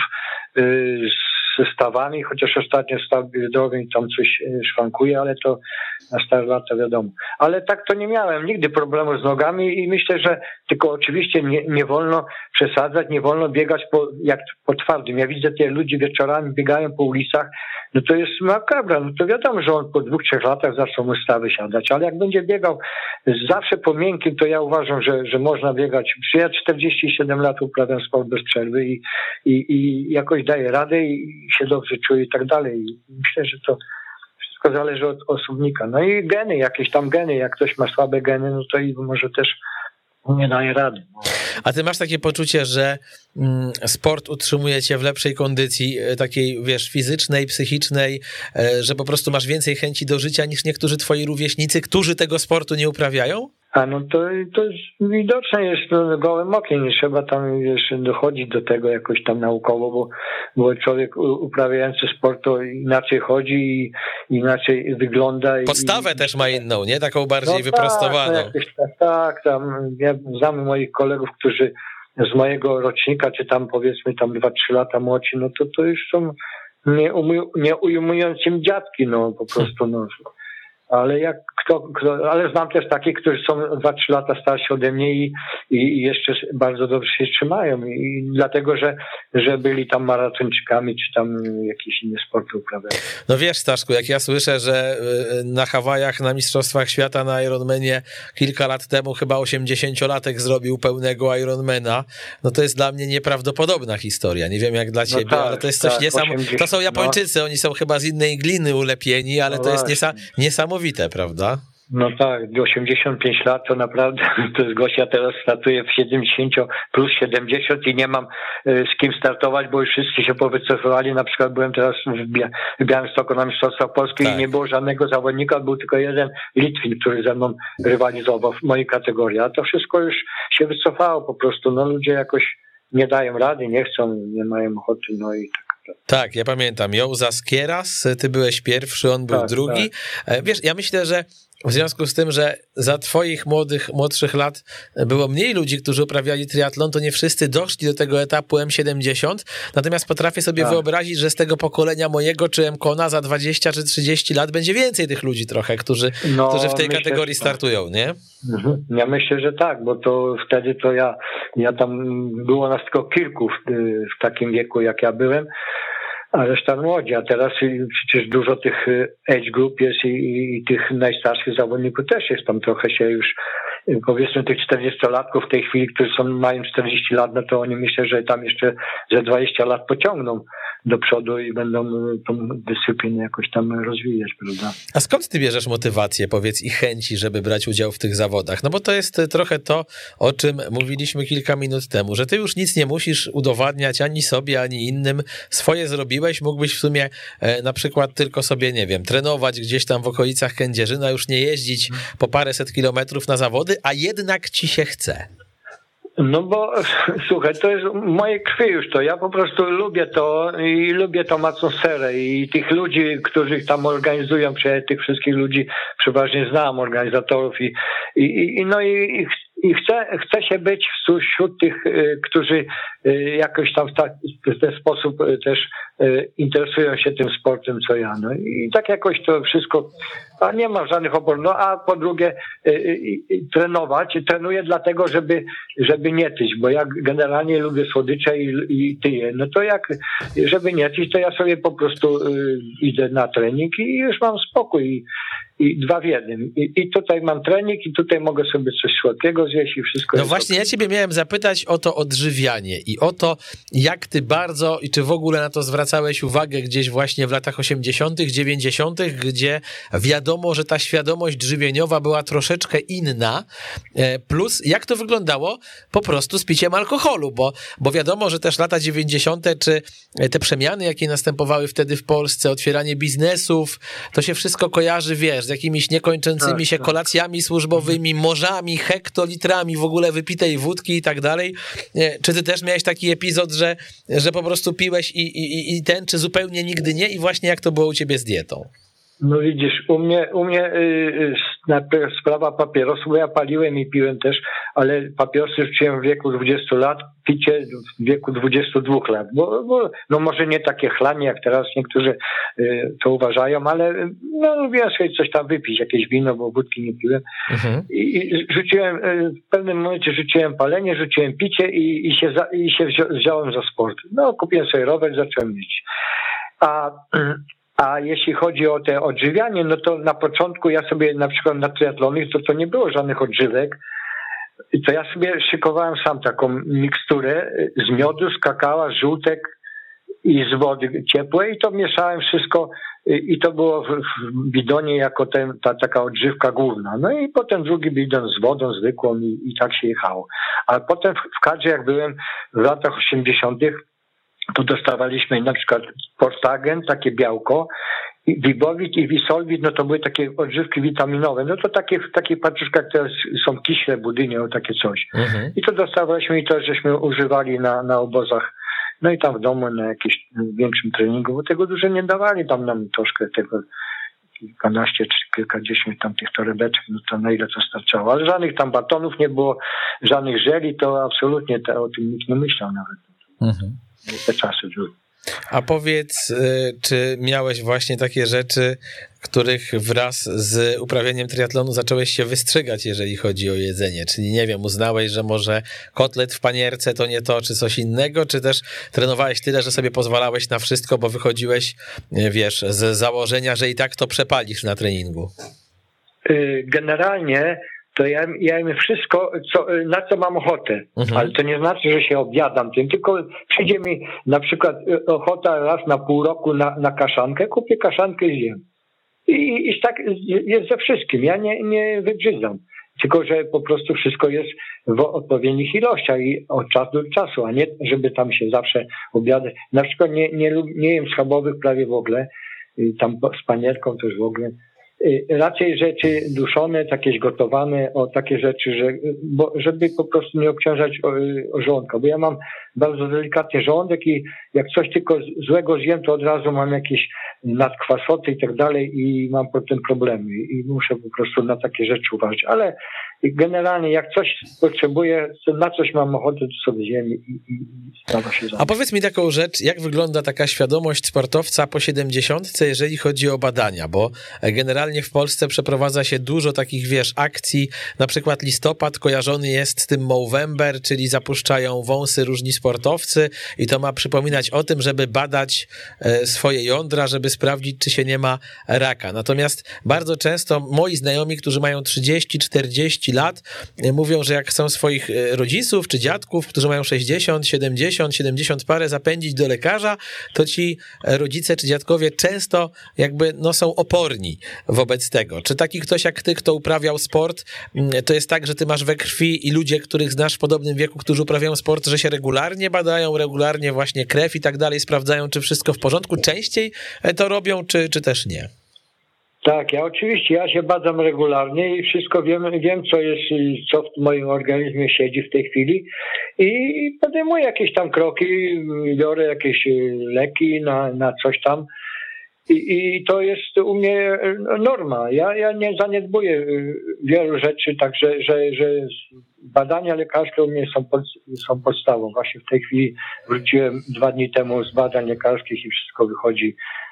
S5: ze stawami, chociaż ostatnio staw biodrowy tam coś szwankuje, ale to na stare lata wiadomo. Ale tak to nie miałem nigdy problemu z nogami i myślę, że tylko oczywiście nie wolno przesadzać, nie wolno biegać jak po twardym. Ja widzę te ludzi wieczorami biegają po ulicach, no to jest makabra, no to wiadomo, że on po 2-3 latach zaczną mu stawy siadać, ale jak będzie biegał zawsze po miękkim, to ja uważam, że można biegać. Ja 47 lat uprawiam sport bez przerwy i jakoś daję radę i się dobrze czuję i tak dalej. I myślę, że to wszystko zależy od osobnika. No i geny, jakieś tam geny, jak ktoś ma słabe geny, no to i może też nie daje rady.
S4: A ty masz takie poczucie, że sport utrzymuje cię w lepszej kondycji, takiej, wiesz, fizycznej, psychicznej, że po prostu masz więcej chęci do życia niż niektórzy twoi rówieśnicy, którzy tego sportu nie uprawiają?
S5: No to jest widoczne jest gołym okiem, nie trzeba tam dochodzić do tego jakoś tam naukowo, bo człowiek uprawiający sport to inaczej chodzi i inaczej wygląda.
S4: Podstawę też ma inną, nie? Taką bardziej wyprostowaną.
S5: Tak, ja znam moich kolegów, którzy z mojego rocznika, czy tam powiedzmy tam 2-3 lata młodsi, no to już są nieujmującym dziadki, no po prostu, no. Ale ale znam też takich, którzy są 2-3 lata starsi ode mnie i jeszcze bardzo dobrze się trzymają i dlatego, że byli tam maratończykami, czy tam jakieś inne sporty uprawiają.
S4: No wiesz, Staszku, jak ja słyszę, że na Hawajach na Mistrzostwach Świata na Ironmanie kilka lat temu chyba 80-latek zrobił pełnego Ironmana, no to jest dla mnie nieprawdopodobna historia. Nie wiem jak dla ciebie, tak, ale to jest coś niesamowitego. To są Japończycy, oni są chyba z innej gliny ulepieni, ale to jest niesamowite, prawda?
S5: No tak, 85 lat to naprawdę, to jest gość, ja teraz startuję w 70 plus 70 i nie mam z kim startować, bo już wszyscy się powycofywali, na przykład byłem teraz w Białymstoku na Mistrzostwach Polski i nie było żadnego zawodnika, był tylko jeden Litwin, który ze mną rywalizował w mojej kategorii, a to wszystko już się wycofało po prostu, no ludzie jakoś nie dają rady, nie chcą, nie mają ochoty, no i tak.
S4: Tak, ja pamiętam, Jouzas Kieras, ty byłeś pierwszy, on był drugi. Tak. Wiesz, ja myślę, że w związku z tym, że za twoich młodszych lat było mniej ludzi, którzy uprawiali triatlon, to nie wszyscy doszli do tego etapu M70, natomiast potrafię sobie wyobrazić, że z tego pokolenia mojego czy M-Kona za 20 czy 30 lat będzie więcej tych ludzi trochę, którzy w tej kategorii startują, nie?
S5: Ja myślę, że tak, bo to wtedy to ja tam było nas tylko kilku w takim wieku, jak ja byłem, a reszta młodzi, a teraz przecież dużo tych age group jest i tych najstarszych zawodników też jest, tam trochę się już, powiedzmy tych 40-latków w tej chwili, którzy mają 40 lat, no to oni myślę, że tam jeszcze ze 20 lat pociągną do przodu i będą tą dyscyplinę jakoś tam rozwijać, prawda?
S4: A skąd ty bierzesz motywację, powiedz, i chęci, żeby brać udział w tych zawodach? No bo to jest trochę to, o czym mówiliśmy kilka minut temu, że ty już nic nie musisz udowadniać ani sobie, ani innym. Swoje zrobiłeś, mógłbyś w sumie na przykład tylko sobie, nie wiem, trenować gdzieś tam w okolicach Kędzierzyna, już nie jeździć po paręset kilometrów na zawody, a jednak ci się chce.
S5: No bo słuchaj, to jest moje krwi już to. Ja po prostu lubię to i lubię tą atmosferę i tych ludzi, którzy tam organizują, tych wszystkich ludzi przeważnie znam, organizatorów i chcę się być wśród tych, którzy jakoś tam w ten sposób też interesują się tym sportem, co ja. No i tak jakoś to wszystko, a nie ma żadnych opor. No a po drugie trenuję dlatego, żeby nie tyć, bo ja generalnie lubię słodycze i tyję. No to żeby nie tyć, to ja sobie po prostu idę na trening i już mam spokój i 2 w 1. I tutaj mam trening i tutaj mogę sobie coś słodkiego zjeść i wszystko.
S4: No właśnie, ja ciebie miałem zapytać o to odżywianie i o to, jak ty bardzo i czy w ogóle na to zwracałeś uwagę gdzieś właśnie w latach 80., 90., gdzie wiadomo, że ta świadomość żywieniowa była troszeczkę inna, plus jak to wyglądało po prostu z piciem alkoholu, bo wiadomo, że też lata 90. czy te przemiany, jakie następowały wtedy w Polsce, otwieranie biznesów, to się wszystko kojarzy, wiesz, z jakimiś niekończącymi się kolacjami służbowymi, morzami, hektolitrami w ogóle wypitej wódki i tak dalej. Czy ty też miałeś taki epizod, że po prostu piłeś czy zupełnie nigdy nie? I właśnie jak to było u ciebie z dietą?
S5: No widzisz, u mnie sprawa papierosów, bo ja paliłem i piłem też, ale papierosy rzuciłem w wieku 20 lat, picie w wieku 22 lat, bo no może nie takie chlanie, jak teraz niektórzy to uważają, ale no lubiłem sobie coś tam wypić, jakieś wino, bo wódki nie piłem. I rzuciłem, w pewnym momencie rzuciłem palenie, rzuciłem picie i się wziąłem za sport. No kupiłem sobie rower, zacząłem jeździć. A jeśli chodzi o te odżywianie, no to na początku ja sobie na przykład na triatlonie to nie było żadnych odżywek, to ja sobie szykowałem sam taką miksturę z miodu, z kakała, z żółtek i z wody ciepłej i to mieszałem wszystko i to było w bidonie jako taka odżywka główna. No i potem drugi bidon z wodą zwykłą i tak się jechało. A potem w kadrze, jak byłem w latach 80., to dostawaliśmy na przykład Portagen, takie białko, Wibowit i Wisolwit, no to były takie odżywki witaminowe, no to takie w takich paczuszkach teraz są kiśle, budynie, o takie coś. I to dostawaliśmy i to żeśmy używali na obozach, no i tam w domu na jakimś większym treningu, bo tego dużo nie dawali, tam nam troszkę tego kilkanaście czy kilkadziesiąt tam tych torebeczek, no to na ile to starczało, ale żadnych tam batonów nie było, żadnych żeli, to absolutnie o tym nikt nie myślał nawet. Te czasy były.
S4: A powiedz, czy miałeś właśnie takie rzeczy, których wraz z uprawianiem triatlonu zacząłeś się wystrzegać, jeżeli chodzi o jedzenie? Czyli nie wiem, uznałeś, że może kotlet w panierce to nie to, czy coś innego, czy też trenowałeś tyle, że sobie pozwalałeś na wszystko, bo wychodziłeś, wiesz, z założenia, że i tak to przepalisz na treningu?
S5: Generalnie to ja jem wszystko, na co mam ochotę. Ale to nie znaczy, że się objadam tym, tylko przyjdzie mi na przykład ochota raz na pół roku na kaszankę, kupię kaszankę i zjem. I tak jest ze wszystkim. Ja nie wybrzydzam. Tylko, że po prostu wszystko jest w odpowiednich ilościach i od czasu do czasu, a nie, żeby tam się zawsze obiadać. Na przykład nie jem schabowych prawie w ogóle, tam z panierką też w ogóle. raczej rzeczy duszone, jakieś gotowane, takie rzeczy, żeby po prostu nie obciążać żołądka, bo ja mam bardzo delikatny żołądek i jak coś tylko złego zjem, to od razu mam jakieś nadkwasoty i tak dalej i mam potem problemy i muszę po prostu na takie rzeczy uważać, ale generalnie jak coś potrzebuję, na coś mam ochotę, to sobie zjem i staram się
S4: A powiedz mi taką rzecz, jak wygląda taka świadomość sportowca po 70, jeżeli chodzi o badania, bo generalnie w Polsce przeprowadza się dużo takich, akcji, na przykład listopad kojarzony jest z tym Movember, czyli zapuszczają wąsy różni sportowcy i to ma przypominać o tym, żeby badać swoje jądra, żeby sprawdzić, czy się nie ma raka. Natomiast bardzo często moi znajomi, którzy mają 30-40 lat, mówią, że jak chcą swoich rodziców czy dziadków, którzy mają 60, 70 parę zapędzić do lekarza, to ci rodzice czy dziadkowie często są oporni wobec tego. Czy taki ktoś jak ty, kto uprawiał sport, to jest tak, że ty masz we krwi i ludzie, których znasz w podobnym wieku, którzy uprawiają sport, że się regularnie badają, regularnie właśnie krew i tak dalej, sprawdzają, czy wszystko w porządku? Częściej to robią, czy też nie?
S5: Tak, ja się badam regularnie i wszystko wiem co w moim organizmie siedzi w tej chwili i podejmuję jakieś tam kroki, biorę jakieś leki na coś tam i to jest u mnie norma. Ja nie zaniedbuję wielu rzeczy, także że badania lekarskie u mnie są podstawą. Właśnie w tej chwili wróciłem 2 dni temu z badań lekarskich i wszystko wychodzi.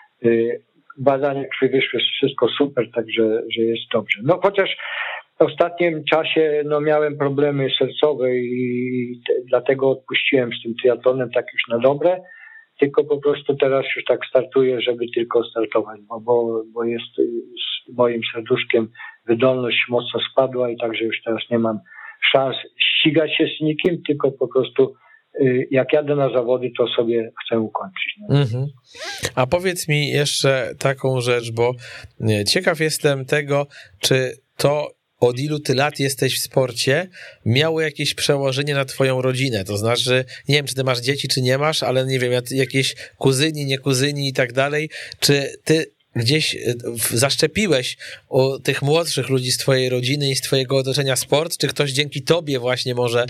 S5: Badania krwi wyszły, wszystko super, także że jest dobrze. No chociaż w ostatnim czasie miałem problemy sercowe i dlatego odpuściłem z tym triatlonem tak już na dobre, tylko po prostu teraz już tak startuję, żeby tylko startować, bo jest z moim serduszkiem wydolność mocno spadła i także już teraz nie mam szans ścigać się z nikim, tylko po prostu jak jadę na zawody, to sobie chcę ukończyć.
S4: Mhm. A powiedz mi jeszcze taką rzecz, bo ciekaw jestem tego, czy to od ilu ty lat jesteś w sporcie miało jakieś przełożenie na twoją rodzinę, to znaczy, nie wiem, czy ty masz dzieci, czy nie masz, ale nie wiem, jakieś kuzyni, nie kuzyni i tak dalej, czy ty gdzieś zaszczepiłeś u tych młodszych ludzi z twojej rodziny i z twojego otoczenia sport, czy ktoś dzięki tobie właśnie może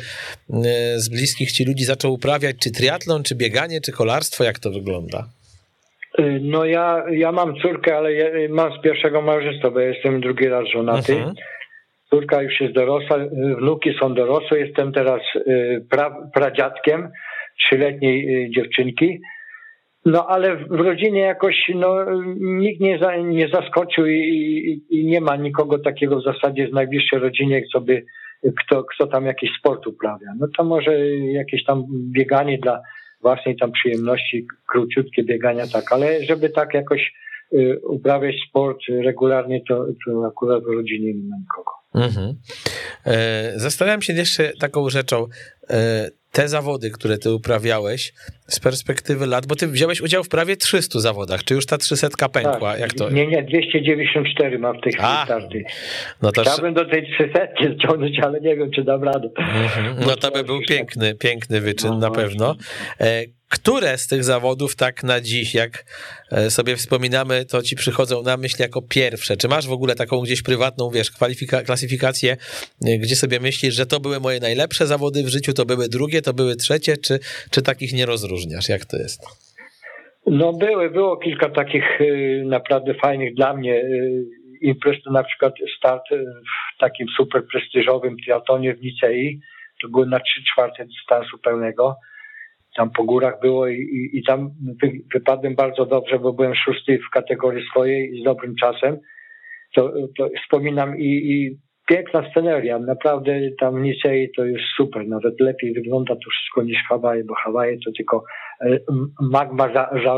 S4: z bliskich ci ludzi zaczął uprawiać, czy triatlon, czy bieganie, czy kolarstwo, jak to wygląda?
S5: No ja mam córkę, ale mam z pierwszego małżeństwa, bo ja jestem drugi raz żonaty. Córka już jest dorosła, wnuki są dorosłe, jestem teraz pradziadkiem 3-letniej dziewczynki. No ale w rodzinie jakoś nikt nie zaskoczył i nie ma nikogo takiego w zasadzie z najbliższej rodzinie, kto tam jakiś sport uprawia. No to może jakieś tam bieganie dla własnej tam przyjemności, króciutkie biegania, tak, ale żeby tak jakoś uprawiać sport regularnie, to akurat w rodzinie nie ma nikogo.
S4: Mhm. Zastanawiam się jeszcze taką rzeczą. Te zawody, które ty uprawiałeś z perspektywy lat, bo ty wziąłeś udział w prawie 300 zawodach, czy już ta 300 pękła?
S5: Tak,
S4: jak to?
S5: Nie, 294 mam w tej chwili starty.
S4: No to...
S5: Chciałbym do tej 300 zciągnąć, ale nie wiem, czy dam radę.
S4: No to by był piękny wyczyn na pewno. Które z tych zawodów tak na dziś, jak sobie wspominamy, to ci przychodzą na myśl jako pierwsze? Czy masz w ogóle taką gdzieś prywatną, klasyfikację, gdzie sobie myślisz, że to były moje najlepsze zawody w życiu, to były drugie, to były trzecie, czy takich nie rozróżniasz? Jak to jest?
S5: No było kilka takich naprawdę fajnych dla mnie imprez, to na przykład start w takim super prestiżowym triatlonie w Nicei, to było na 3/4 dystansu pełnego. Tam po górach było i tam wypadłem bardzo dobrze, bo byłem 6 w kategorii swojej z dobrym czasem. To wspominam i piękna sceneria. Naprawdę tam w Nicei to jest super. Nawet lepiej wygląda to wszystko niż Hawaje, bo Hawaje to tylko magma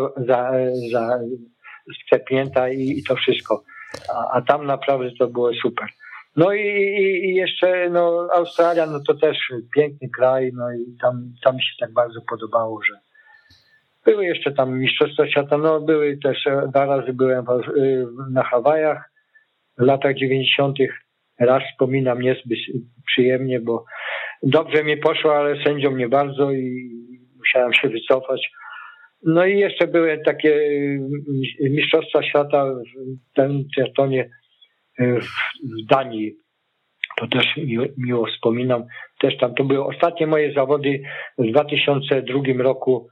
S5: scepnięta i to wszystko. A tam naprawdę to było super. No i jeszcze Australia, no to też piękny kraj, no i tam mi się tak bardzo podobało, że były jeszcze tam mistrzostwa świata, no były też 2 razy byłem na Hawajach w latach 90. Raz wspominam niezbyt przyjemnie, bo dobrze mi poszło, ale sędziom nie bardzo i musiałem się wycofać. No i jeszcze były takie mistrzostwa świata w tym triatlonie w Danii. To też miło wspominam. Też tam to były ostatnie moje zawody w 2002 roku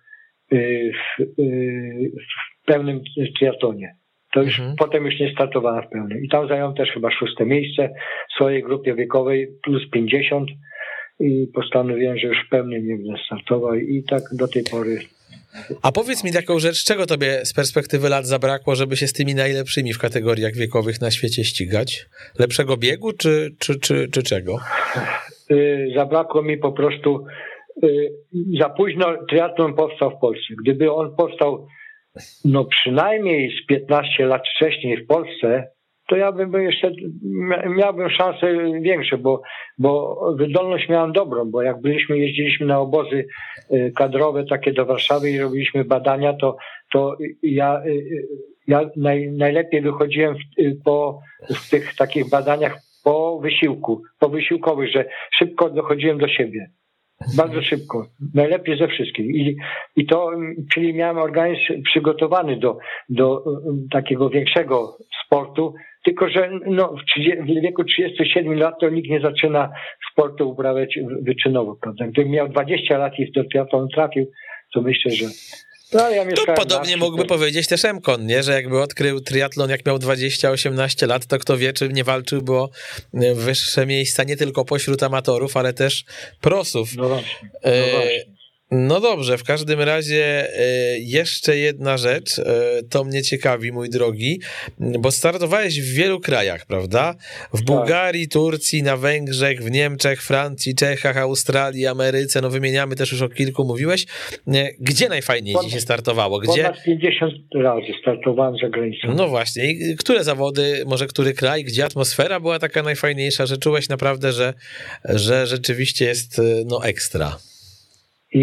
S5: w pełnym triatlonie. To już potem już nie startowałem w pełnym. I tam zająłem też chyba 6. miejsce w swojej grupie wiekowej plus 50 i postanowiłem, że już w pełnym nie będę startował i tak do tej pory.
S4: A powiedz mi taką rzecz, czego tobie z perspektywy lat zabrakło, żeby się z tymi najlepszymi w kategoriach wiekowych na świecie ścigać? Lepszego biegu czy czego?
S5: Zabrakło mi po prostu, za późno triatlon powstał w Polsce. Gdyby on powstał przynajmniej z 15 lat wcześniej w Polsce, to ja bym jeszcze miałbym szanse większe, bo wydolność miałem dobrą, bo jak jeździliśmy na obozy kadrowe takie do Warszawy i robiliśmy badania, to ja najlepiej wychodziłem w tych takich badaniach powysiłkowych, że szybko dochodziłem do siebie. Bardzo szybko. Najlepiej ze wszystkich. I to, czyli miałem organizm przygotowany do takiego większego sportu, tylko że w wieku 37 lat to nikt nie zaczyna sportu uprawiać wyczynowo, prawda? Gdybym miał 20 lat i do triatlonu trafił, to myślę, że
S4: to podobnie mógłby powiedzieć też Emkon, nie? Że jakby odkrył triatlon, jak miał 20-18 lat, to kto wie, czy nie walczyłby o wyższe miejsca nie tylko pośród amatorów, ale też prosów.
S5: No właśnie.
S4: No dobrze, w każdym razie jeszcze jedna rzecz, to mnie ciekawi, mój drogi, bo startowałeś w wielu krajach, prawda? W Bułgarii, Turcji, na Węgrzech, w Niemczech, Francji, Czechach, Australii, Ameryce, wymieniamy też już o kilku, mówiłeś. Gdzie najfajniej ci się startowało?
S5: Ponad 50 razy startowałem za granicą.
S4: No właśnie, i które zawody, może który kraj, gdzie atmosfera była taka najfajniejsza, że czułeś naprawdę, że rzeczywiście jest ekstra?
S5: I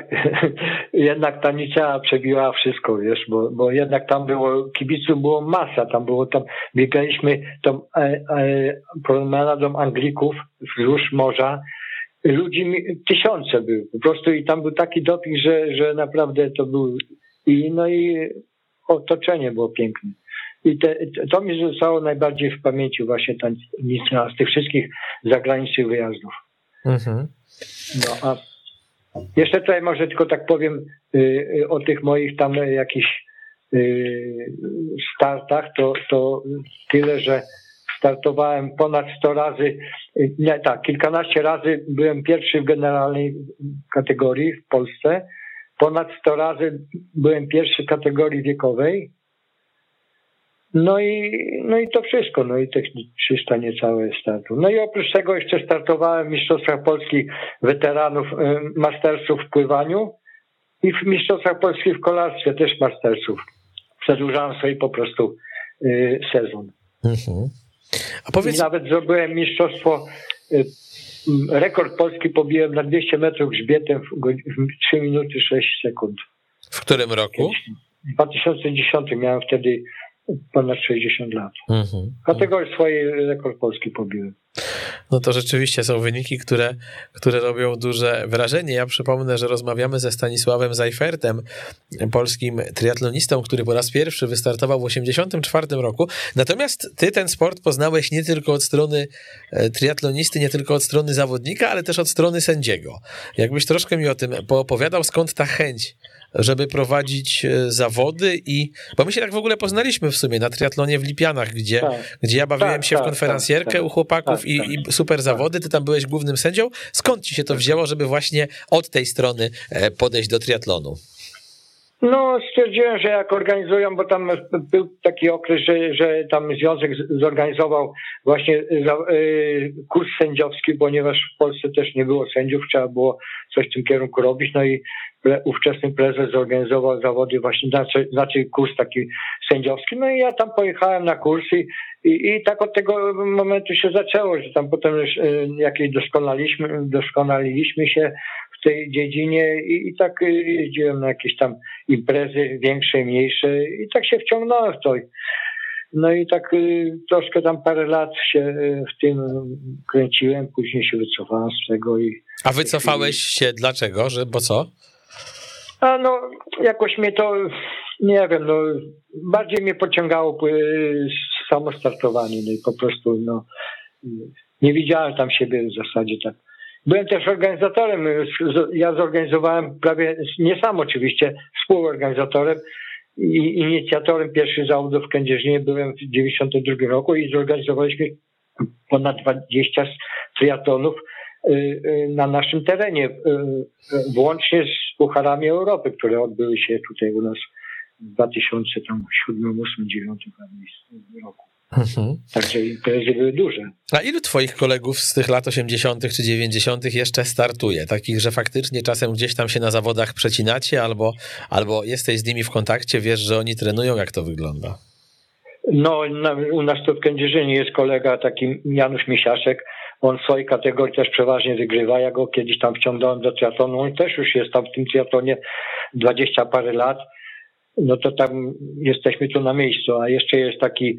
S5: jednak ta Nicea przebiła wszystko, wiesz, bo jednak tam kibiców było masa, tam biegaliśmy tą promenadą Anglików wzdłuż morza, ludzi tysiące były po prostu i tam był taki doping, że naprawdę to był i otoczenie było piękne. I to mi zostało najbardziej w pamięci właśnie ta Nicea z tych wszystkich zagranicznych wyjazdów.
S4: Mhm.
S5: A jeszcze tutaj może tylko tak powiem o tych moich tam jakichś startach, to tyle, że startowałem ponad 100 razy, kilkanaście razy byłem pierwszy w generalnej kategorii w Polsce, ponad 100 razy byłem pierwszy w kategorii wiekowej, no i to wszystko, i tych 300 niecałe startów. No i oprócz tego jeszcze startowałem w Mistrzostwach Polskich Weteranów Mastersów w pływaniu i w Mistrzostwach Polskich w kolarstwie też Mastersów. Przedłużałem sobie po prostu sezon.
S4: Mhm. A powiedz...
S5: I nawet zrobiłem mistrzostwo, rekord Polski pobiłem na 200 metrów grzbietem w 3 minuty 6 sekund.
S4: W którym roku?
S5: W 2010 miałem wtedy ponad 60 lat. W kategorii swojej rekord Polski pobiłem.
S4: No to rzeczywiście są wyniki, które robią duże wrażenie. Ja przypomnę, że rozmawiamy ze Stanisławem Zajfertem, polskim triatlonistą, który po raz pierwszy wystartował w 1984 roku. Natomiast ty ten sport poznałeś nie tylko od strony triatlonisty, nie tylko od strony zawodnika, ale też od strony sędziego. Jakbyś troszkę mi o tym poopowiadał, skąd ta chęć, żeby prowadzić zawody bo my się tak w ogóle poznaliśmy w sumie na triatlonie w Lipianach, gdzie ja bawiłem się w konferencjerkę u chłopaków i super zawody, ty tam byłeś głównym sędzią. Skąd ci się to wzięło, żeby właśnie od tej strony podejść do triatlonu?
S5: No, stwierdziłem, że jak organizują, bo tam był taki okres, że tam związek zorganizował właśnie kurs sędziowski, ponieważ w Polsce też nie było sędziów, trzeba było coś w tym kierunku robić, no i ówczesny prezes zorganizował zawody właśnie, znaczy kurs taki sędziowski, no i ja tam pojechałem na kurs i tak od tego momentu się zaczęło, że tam potem już jakieś doskonaliliśmy się w tej dziedzinie i tak jeździłem na jakieś tam imprezy większe, mniejsze i tak się wciągnąłem w to. No i tak troszkę tam parę lat się w tym kręciłem, później się wycofałem z tego.
S4: A wycofałeś się dlaczego? Bo co?
S5: Jakoś mnie to, nie wiem, bardziej mnie pociągało samostartowanie, no i po prostu nie widziałem tam siebie w zasadzie tak. Byłem też organizatorem, ja zorganizowałem prawie, nie sam oczywiście, współorganizatorem i inicjatorem pierwszych zawodów w Kędzierzynie byłem w 1992 roku i zorganizowaliśmy ponad 20 triatlonów na naszym terenie, włącznie z Pucharami Europy, które odbyły się tutaj u nas w 2007, 2008, 2009 roku. Także imprezy były duże.
S4: A ilu twoich kolegów z tych lat 80. czy 90. jeszcze startuje? Takich, że faktycznie czasem gdzieś tam się na zawodach przecinacie albo jesteś z nimi w kontakcie, wiesz, że oni trenują? Jak to wygląda?
S5: No, u nas tu w Kędzierzynie jest kolega taki Janusz Misiaszek. On w swojej kategorii też przeważnie wygrywa. Ja go kiedyś tam wciągnąłem do triatlonu. On też już jest tam w tym triatlonie 20 parę lat. No to tam jesteśmy tu na miejscu. A jeszcze jest taki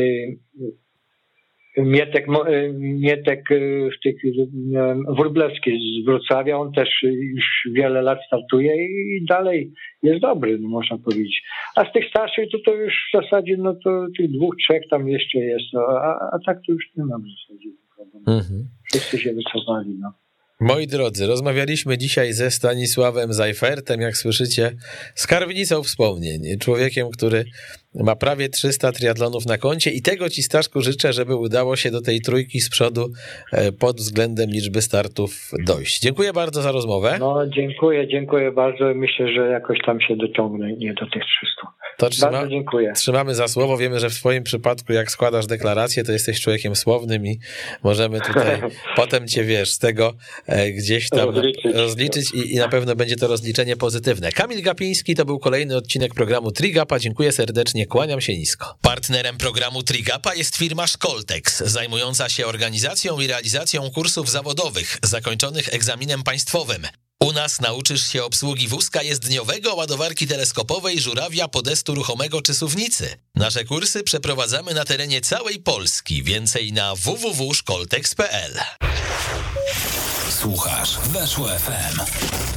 S5: Mietek Wróblewski z Wrocławia. On też już wiele lat startuje i dalej jest dobry, no można powiedzieć. A z tych starszych to już w zasadzie, no to tych 2, 3 tam jeszcze jest. No, a tak to już nie mam w zasadzie. Wszyscy się wycofali, no.
S4: Moi drodzy, rozmawialiśmy dzisiaj ze Stanisławem Zajfertem, jak słyszycie, skarbnicą wspomnień. Człowiekiem, który ma prawie 300 triatlonów na koncie i tego ci, Staszku, życzę, żeby udało się do tej trójki z przodu pod względem liczby startów dojść. Dziękuję bardzo za rozmowę.
S5: No, dziękuję bardzo. Myślę, że jakoś tam się dociągnę nie do tych 300.
S4: To
S5: bardzo dziękuję.
S4: Trzymamy za słowo. Wiemy, że w twoim przypadku, jak składasz deklarację, to jesteś człowiekiem słownym i możemy tutaj potem cię, wiesz, z tego gdzieś tam rozliczyć i na pewno będzie to rozliczenie pozytywne. Kamil Gapiński, to był kolejny odcinek programu Trigapa. Dziękuję serdecznie, kłaniam się nisko. Partnerem programu Trigapa jest firma Szkoltex, zajmująca się organizacją i realizacją kursów zawodowych zakończonych egzaminem państwowym. U nas nauczysz się obsługi wózka jezdniowego, ładowarki teleskopowej, żurawia, podestu ruchomego czy suwnicy. Nasze kursy przeprowadzamy na terenie całej Polski. Więcej na www.szkoltex.pl.
S3: Słuchasz Weszło FM.